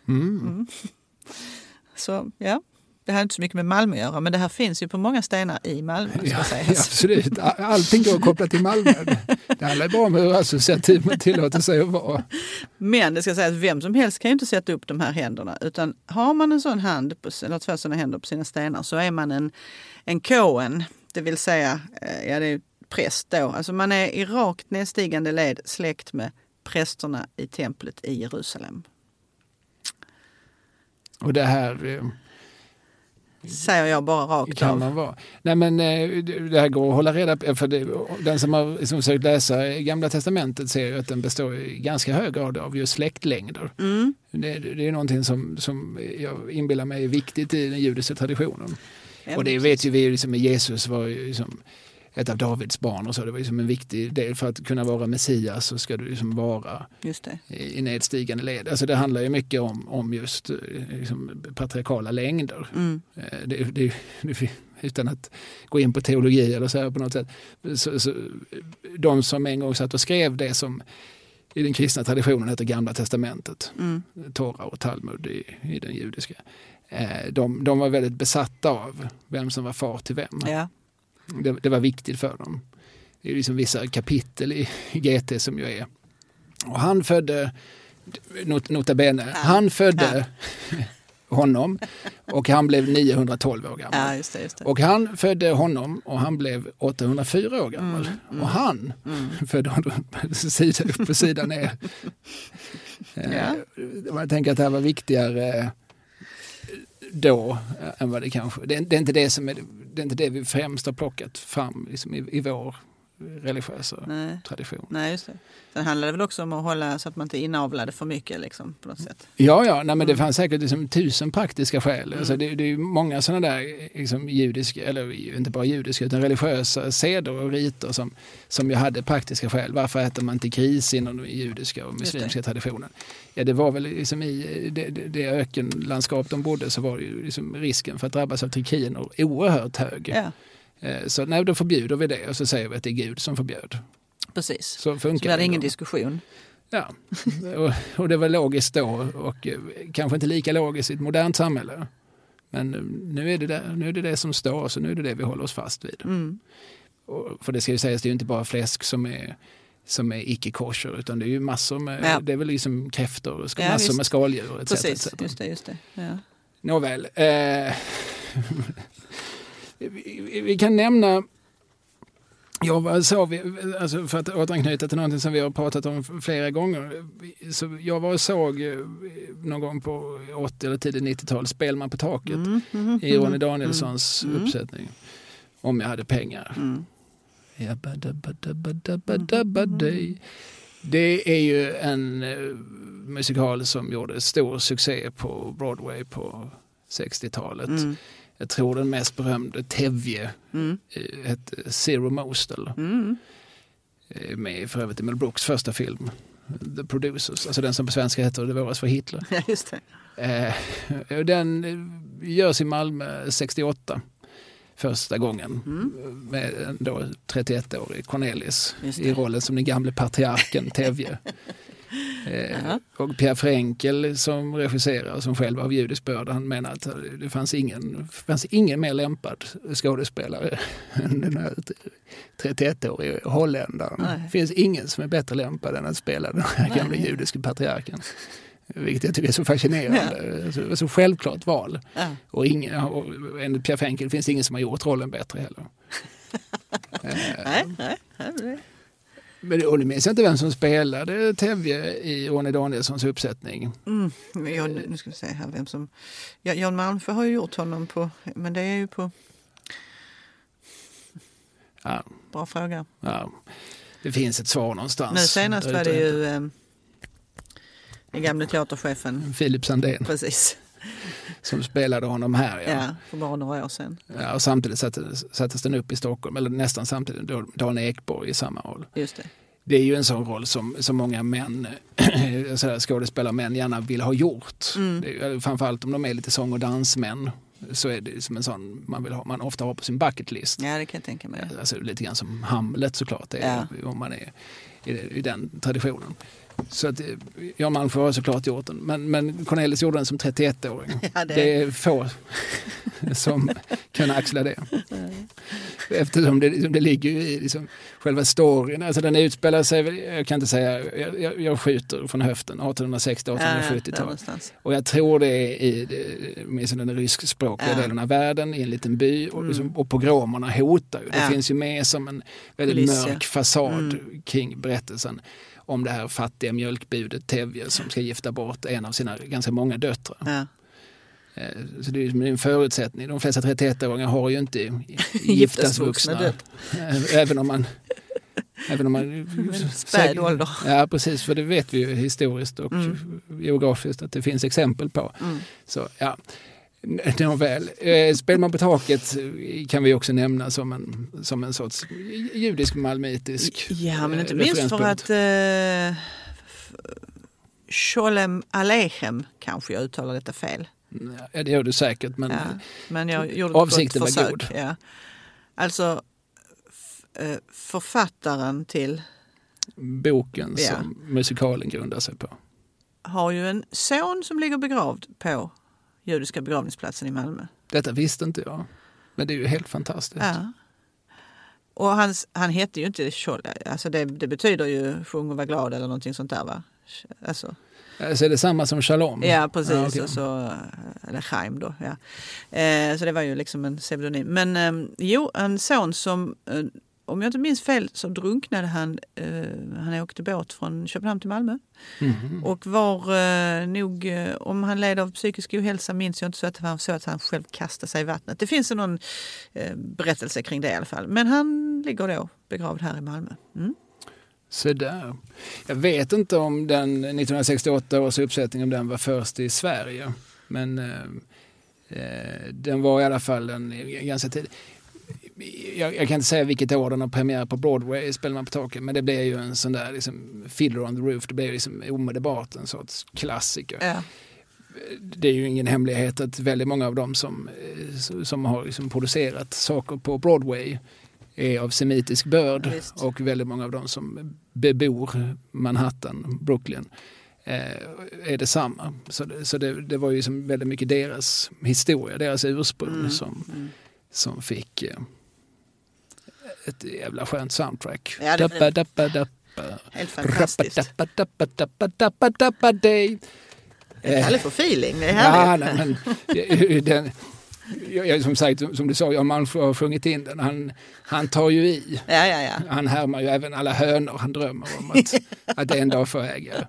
Så ja, det här är inte så mycket med Malmö att göra, men det här finns ju på många stenar i Malmö. Ja, absolut. Allting går kopplat till Malmö. Det handlar bara om hur associativ man tillåter sig att vara. Men det ska säga att vem som helst kan ju inte sätta upp de här händerna, utan har man en sån hand eller 2 sådana händer på sina stenar, så är man en Cohen, det vill säga det är präst då. Alltså man är i rakt nedstigande led släkt med prästerna i templet i Jerusalem. Och det här Säger jag bara rakt kan av. Man vara. Nej, men det här går att hålla reda på. För den som har liksom försökt läsa Gamla testamentet ser ju att den består i ganska hög grad av just släktlängder. Det är någonting som jag inbillar mig är viktigt i den judiska traditionen. Och det vet ju vi liksom, med Jesus var ju liksom ett av Davids barn och så. Det var liksom en viktig del för att kunna vara Messias, så ska du liksom vara i nedstigande led. Alltså det handlar ju mycket om just liksom patriarkala längder. Det, utan att gå in på teologi eller så här på något sätt. Så de som en gång satt och skrev det som i den kristna traditionen heter Gamla testamentet, Tora och Talmud i den judiska. De var väldigt besatta av vem som var far till vem. Ja. Det var viktigt för dem. Det är liksom vissa kapitel i GT som ju är. Och han födde, nota bene, han födde honom och han blev 912 år gammal. Ja, just det. Och han födde honom och han blev 804 år gammal. Och han födde honom på sidan ner. Jag tänker att det här var viktigare då än vad det kanske. Det är inte det vi främst har plockat fram liksom i vår religiösa tradition. Nej, just det. Sen handlar det väl också om att hålla så att man inte inavlade för mycket liksom, på något sätt. Ja, nej, men det fanns säkert liksom 1000 praktiska skäl. Alltså det är ju många sådana där liksom judiska, eller inte bara judiska utan religiösa seder och riter som ju hade praktiska skäl. Varför äter man inte gris inom den judiska och muslimska traditionen? Ja, det var väl liksom i det ökenlandskap de bodde, så var det ju liksom risken för att drabbas av trikiner oerhört hög. Ja. Så nej, då förbjuder vi det och så säger vi att det är Gud som förbjöd. Precis. Så funkar det. Så det är ingen diskussion. Ja, och det var logiskt då och kanske inte lika logiskt i ett modernt samhälle. Men nu är det det som står, så nu är det vi håller oss fast vid. Och för det ska ju sägas, det är ju inte bara fläsk som är icke-kosher, utan det är ju massor med, det är väl liksom kräftor och massor med skaldjur etc. Precis, just det. Ja. Nåväl. Vi kan nämna, alltså för att återanknyta till någonting som vi har pratat om flera gånger. Så jag var och såg någon gång på 80 eller tidigt 90-tal Spelman på taket i Ronny Danielssons uppsättning. Om jag hade pengar. Det är ju en musikal som gjorde stor succé på Broadway på 60-talet. Jag tror den mest berömde Tevje hette Zero Mostel. Med för övrigt i Mel Brooks första film, The Producers. Alltså den som på svenska heter Det våras för Hitler. Ja, just det. Den görs i Malmö 68 första gången med en då 31-årig Cornelis i rollen som den gamle patriarken Tevje. Och Pierre Frenkel som regisserar, som själv av judisk börd, han menar att det fanns ingen mer lämpad skådespelare än den här 31-årige holländaren. Det finns ingen som är bättre lämpad än att spela den här gamla judiska patriarken. Vilket jag tycker är så fascinerande. Ja. Så självklart val. Ja. Och enligt Pierre Frenkel finns det ingen som har gjort rollen bättre heller. Nej. Men och nu minns jag inte vem som spelade Tevje i Ronny Danielssons uppsättning. Nu ska vi se här vem som... Ja, Jan Malmsjö har ju gjort honom på... Men det är ju på... Ja. Bra fråga. Ja. Det finns ett svar någonstans. Nu senast var det ju den gamla teaterchefen. Filip Sandén. Precis. Som spelade honom här. Ja, för bara några år sedan. Ja, och samtidigt sattes den upp i Stockholm, eller nästan samtidigt, Dan Ekborg i samma roll. Just det. Det är ju en sån roll som många män, skådespelarmän gärna vill ha gjort. Framförallt om de är lite sång- och dansmän, så är det som en sån man ofta har på sin bucket list. Ja, det kan jag tänka mig. Alltså lite grann som Hamlet såklart är, om man är i den traditionen. Så att Jan Malmsjö har såklart gjort den. Men Cornelis gjorde den som 31-åring. Ja, det är få som kan axla det. Eftersom det ligger ju i liksom själva storyn. Alltså den utspelar sig, jag kan inte säga, jag skjuter från höften 1860-1870-tal. Och jag tror det är i den ryskspråkiga delen av världen, i en liten by. Och pogromerna hotar ju. Det finns ju med som en väldigt mörk fasad kring berättelsen om det här fattiga mjölkbudet Tevje som ska gifta bort en av sina ganska många döttrar. Så det är en förutsättning. De flesta 31-åringar har ju inte giftas vuxna. Även om man späd ålder. Ja, precis, för det vet vi ju historiskt och geografiskt att det finns exempel på. Så ja, nåväl. Spelar man på taket kan vi också nämna som en sorts judisk malmitisk. Ja, men inte minst för att Sholem Aleichem, kanske jag uttalar detta fel. Ja, det gör du säkert, men jag gjorde avsikten ett försök. var god. Ja. Alltså författaren till boken som musikalen grundar sig på har ju en son som ligger begravd på judiska begravningsplatsen i Malmö. Detta visste inte jag, men det är ju helt fantastiskt. Ja. Och han heter ju inte Scholl, alltså det betyder ju sjung och var glad eller någonting sånt där, va? Alltså är det samma som Shalom? Ja, precis. Ja, okay. Och så, eller Chaim då. Ja. Så det var ju liksom en pseudonym. Men en son som, om jag inte minns fel, så drunknade han. Han åkte båt från Köpenhamn till Malmö. Och var nog, om han led av psykisk ohälsa, minns jag inte så att det var så att han själv kastade sig i vattnet. Det finns någon berättelse kring det i alla fall. Men han ligger då begravd här i Malmö. Så där. Jag vet inte om den 1968 års uppsättning, om den var först i Sverige. Men den var i alla fall en ganska tid. Jag kan inte säga vilket år den har premiär på Broadway, spelar man på taket, men det blev ju en sån där liksom, Fiddler on the Roof. Det blev liksom omedelbart en sorts klassiker. Ja. Det är ju ingen hemlighet att väldigt många av dem som har liksom producerat saker på Broadway är av semitisk börd. Visst. Och väldigt många av dem som bebor Manhattan, Brooklyn, är detsamma. Så det var ju som väldigt mycket deras historia, deras ursprung som fick ett jävla skönt soundtrack. Ja, helt fantastiskt. Härligt för feeling, det är härligt. Ja, men jag, som sagt, som du sa, jag har sjungit in den. Han tar ju i. Ja. Han härmar ju även alla hönor han drömmer om att en dag få äga.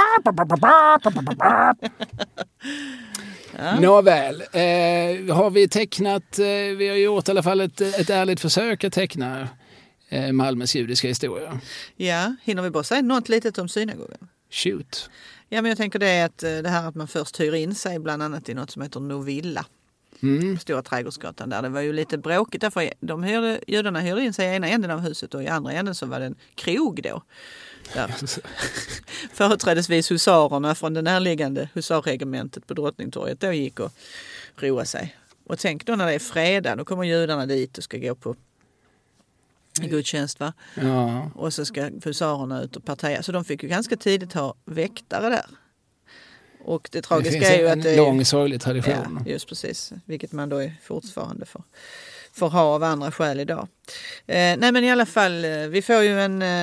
Ja. Nåväl, har vi tecknat, vi har gjort i alla fall ett ärligt försök att teckna Malmös judiska historia. Ja, hinner vi bara säga något litet om synagogan? Shoot. Ja, men jag tänker det är att det här att man först hyr in sig bland annat i något som heter Novilla. På Stora Trädgårdsgatan där. Det var ju lite bråkigt därför judarna hyrde in sig i ena änden av huset och i andra änden så var det en krog då. Där företrädesvis husarerna från det närliggande husarregementet på Drottningtorget då gick och roa sig. Och tänk då när det är fredag, då kommer judarna dit och ska gå på gudstjänst, va? Ja. Och så ska husarerna ut och parteja. Så de fick ju ganska tidigt ha väktare där. Och det tragiska är ju att det är en lång sorglig tradition. Ja, just precis. Vilket man då är fortfarande får ha av andra skäl idag. Nej, men i alla fall, vi får ju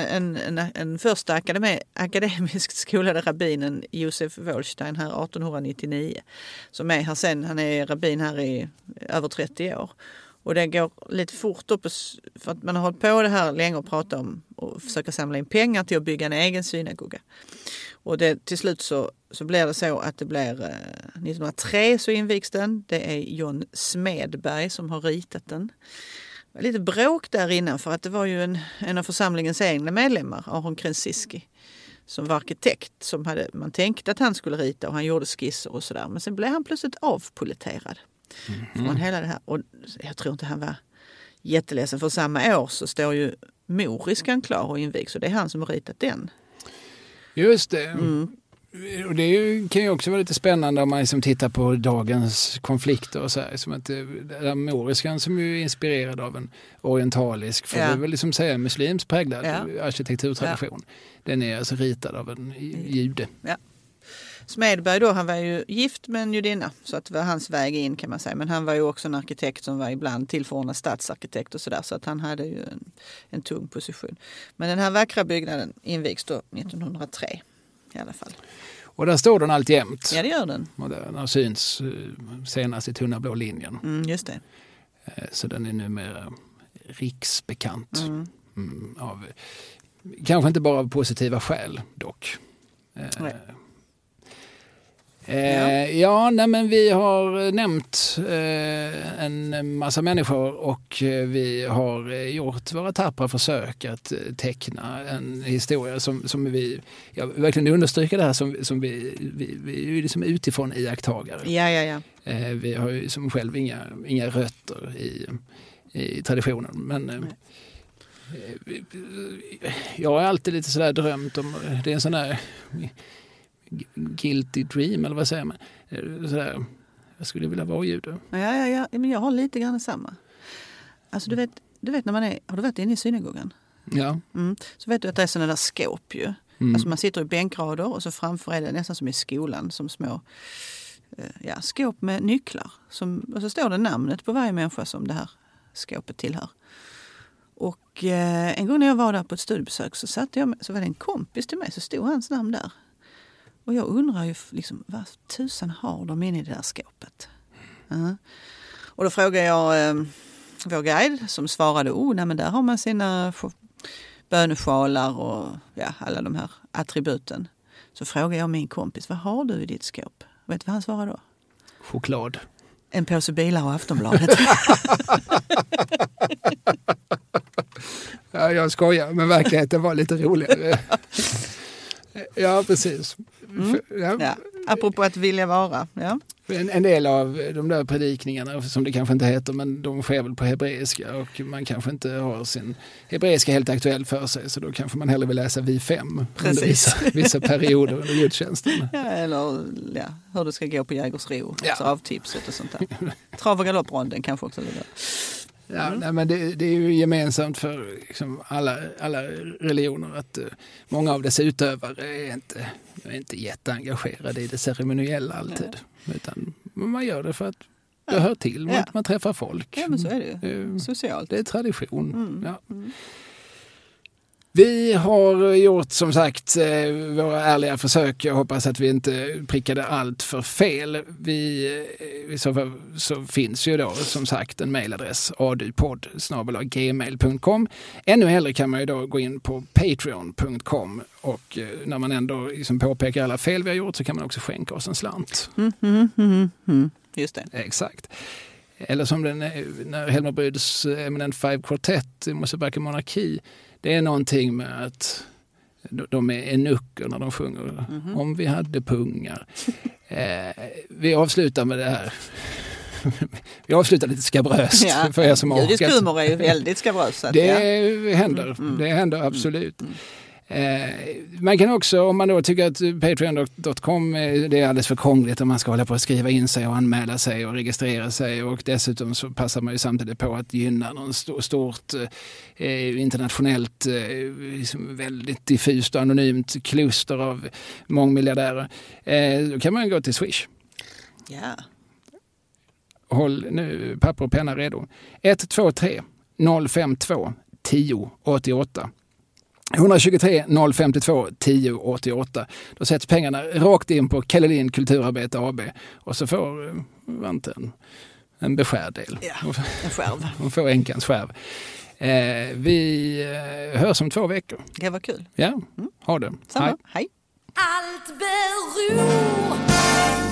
en första akademiskt skolade rabbinen Josef Wolstein här 1899. Som är här sen, han är rabbin här i över 30 år. Och det går lite fort upp för att man har hållit på det här länge och pratat om och försöka samla in pengar till att bygga en egen synagoga. Och till slut så blir det så att det blir 1903 så invigs den. Det är John Smedberg som har ritat den. Det var lite bråk där innan för att det var ju en av församlingens egna medlemmar, Aron Kresiski, som var arkitekt som man tänkte att han skulle rita och han gjorde skisser och sådär. Men sen blev han plötsligt avpoliterad från hela det här. Och jag tror inte han var jätteledsen för samma år så står ju moriskan klar och invigs så det är han som har ritat den. Just det. Och det kan ju också vara lite spännande om man liksom tittar på dagens konflikter och så här. Som att den moriskan som är inspirerad av en orientalisk, får vi väl liksom säga muslims präglad arkitekturtradition. Ja. Den är alltså ritad av en jude. Ja. Smedberg då, han var ju gift med en judinna så att det var hans väg in kan man säga. Men han var ju också en arkitekt som var ibland tillförordnad stadsarkitekt och sådär så att han hade ju en tung position. Men den här vackra byggnaden invigs då 1903 i alla fall. Och där står den alltjämt. Ja, det gör den. Och den har syns senast i tunna blå linjen. Just det. Så den är numera riksbekant. Av, kanske inte bara av positiva skäl dock. Men vi har nämnt en massa människor och vi har gjort våra tappra försök att teckna en historia som vi, jag verkligen understryker det här som vi är liksom utifrån iakttagare. Ja. Vi har ju som själv inga rötter i traditionen, men jag har alltid lite sådär drömt om, det är en sån där guilty dream, eller vad säger man? Sådär, jag skulle vilja vara jude. Ja, men jag har lite grann samma. Alltså du vet när man har du varit inne i synagogan? Ja. Så vet du att det är sådana där skåp ju. Alltså man sitter i bänkrader och så framför är det nästan som i skolan, som små skåp med nycklar. Och så står det namnet på varje människa som det här skåpet tillhör. Och en gång när jag var där på ett studiebesök så var det en kompis till mig, så stod hans namn där. Och jag undrar ju liksom, vad tusan har de inne i det där skåpet? Och då frågade jag vår guide som svarade, men där har man sina bönesjalar och alla de här attributen. Så frågade jag min kompis, vad har du i ditt skåp? Vet du vad han svarade då? Choklad. En påse bilar och Aftonbladet. Ja, jag skojar, men verkligheten var lite roligare. Ja, precis. Ja, apropå att vilja vara. Ja. En del av de där predikningarna, som det kanske inte heter, men de sker väl på hebreiska och man kanske inte har sin hebreiska helt aktuell för sig, så då kanske man hellre vill läsa Vi 5 under vissa perioder under gudstjänsten. Ja, eller hur det ska gå på Jägersro, avtipset och sånt där. Trav- och galoppronden kanske också. Nej, men det är ju gemensamt för liksom alla religioner att många av dess utövare är inte jätteengagerade i det ceremoniella alltid. Utan man gör det för att det hör till, man träffar folk. Ja, men så är det ju. Socialt. Det är tradition. Vi har gjort som sagt våra ärliga försök. Jag hoppas att vi inte prickade allt för fel. Så finns ju då som sagt en mejladress adupodd@gmail.com. Ännu hellre kan man ju då gå in på patreon.com och när man ändå liksom påpekar alla fel vi har gjort så kan man också skänka oss en slant. Just det. Exakt. Eller som när Helmer Bryds Eminent Five Quartet i Mosebacke monarki. Det är någonting med att de är enucker när de sjunger om vi hade pungar. Vi avslutar med det här. Vi avslutar lite skabröst för er som har orkat. Judisk humor är ju väldigt skabröst. Det händer absolut. Man kan också, om man då tycker att patreon.com det är alldeles för krångligt om man ska hålla på att skriva in sig och anmäla sig och registrera sig, och dessutom så passar man ju samtidigt på att gynna någon stort internationellt liksom väldigt diffust och anonymt kluster av mångmiljardärer. Då kan man gå till Swish. Ja. Håll nu papper och penna redo. 123 052 10 88. 123 052 10 88. Då sätts pengarna rakt in på Kellelin Kulturarbete AB och så får Vanten en beskärd del. Ja, en skärv. Hon får änkans skärv. Vi hörs om 2 veckor. Det var kul. Ja, ha det. Samma. Hej. Allt beror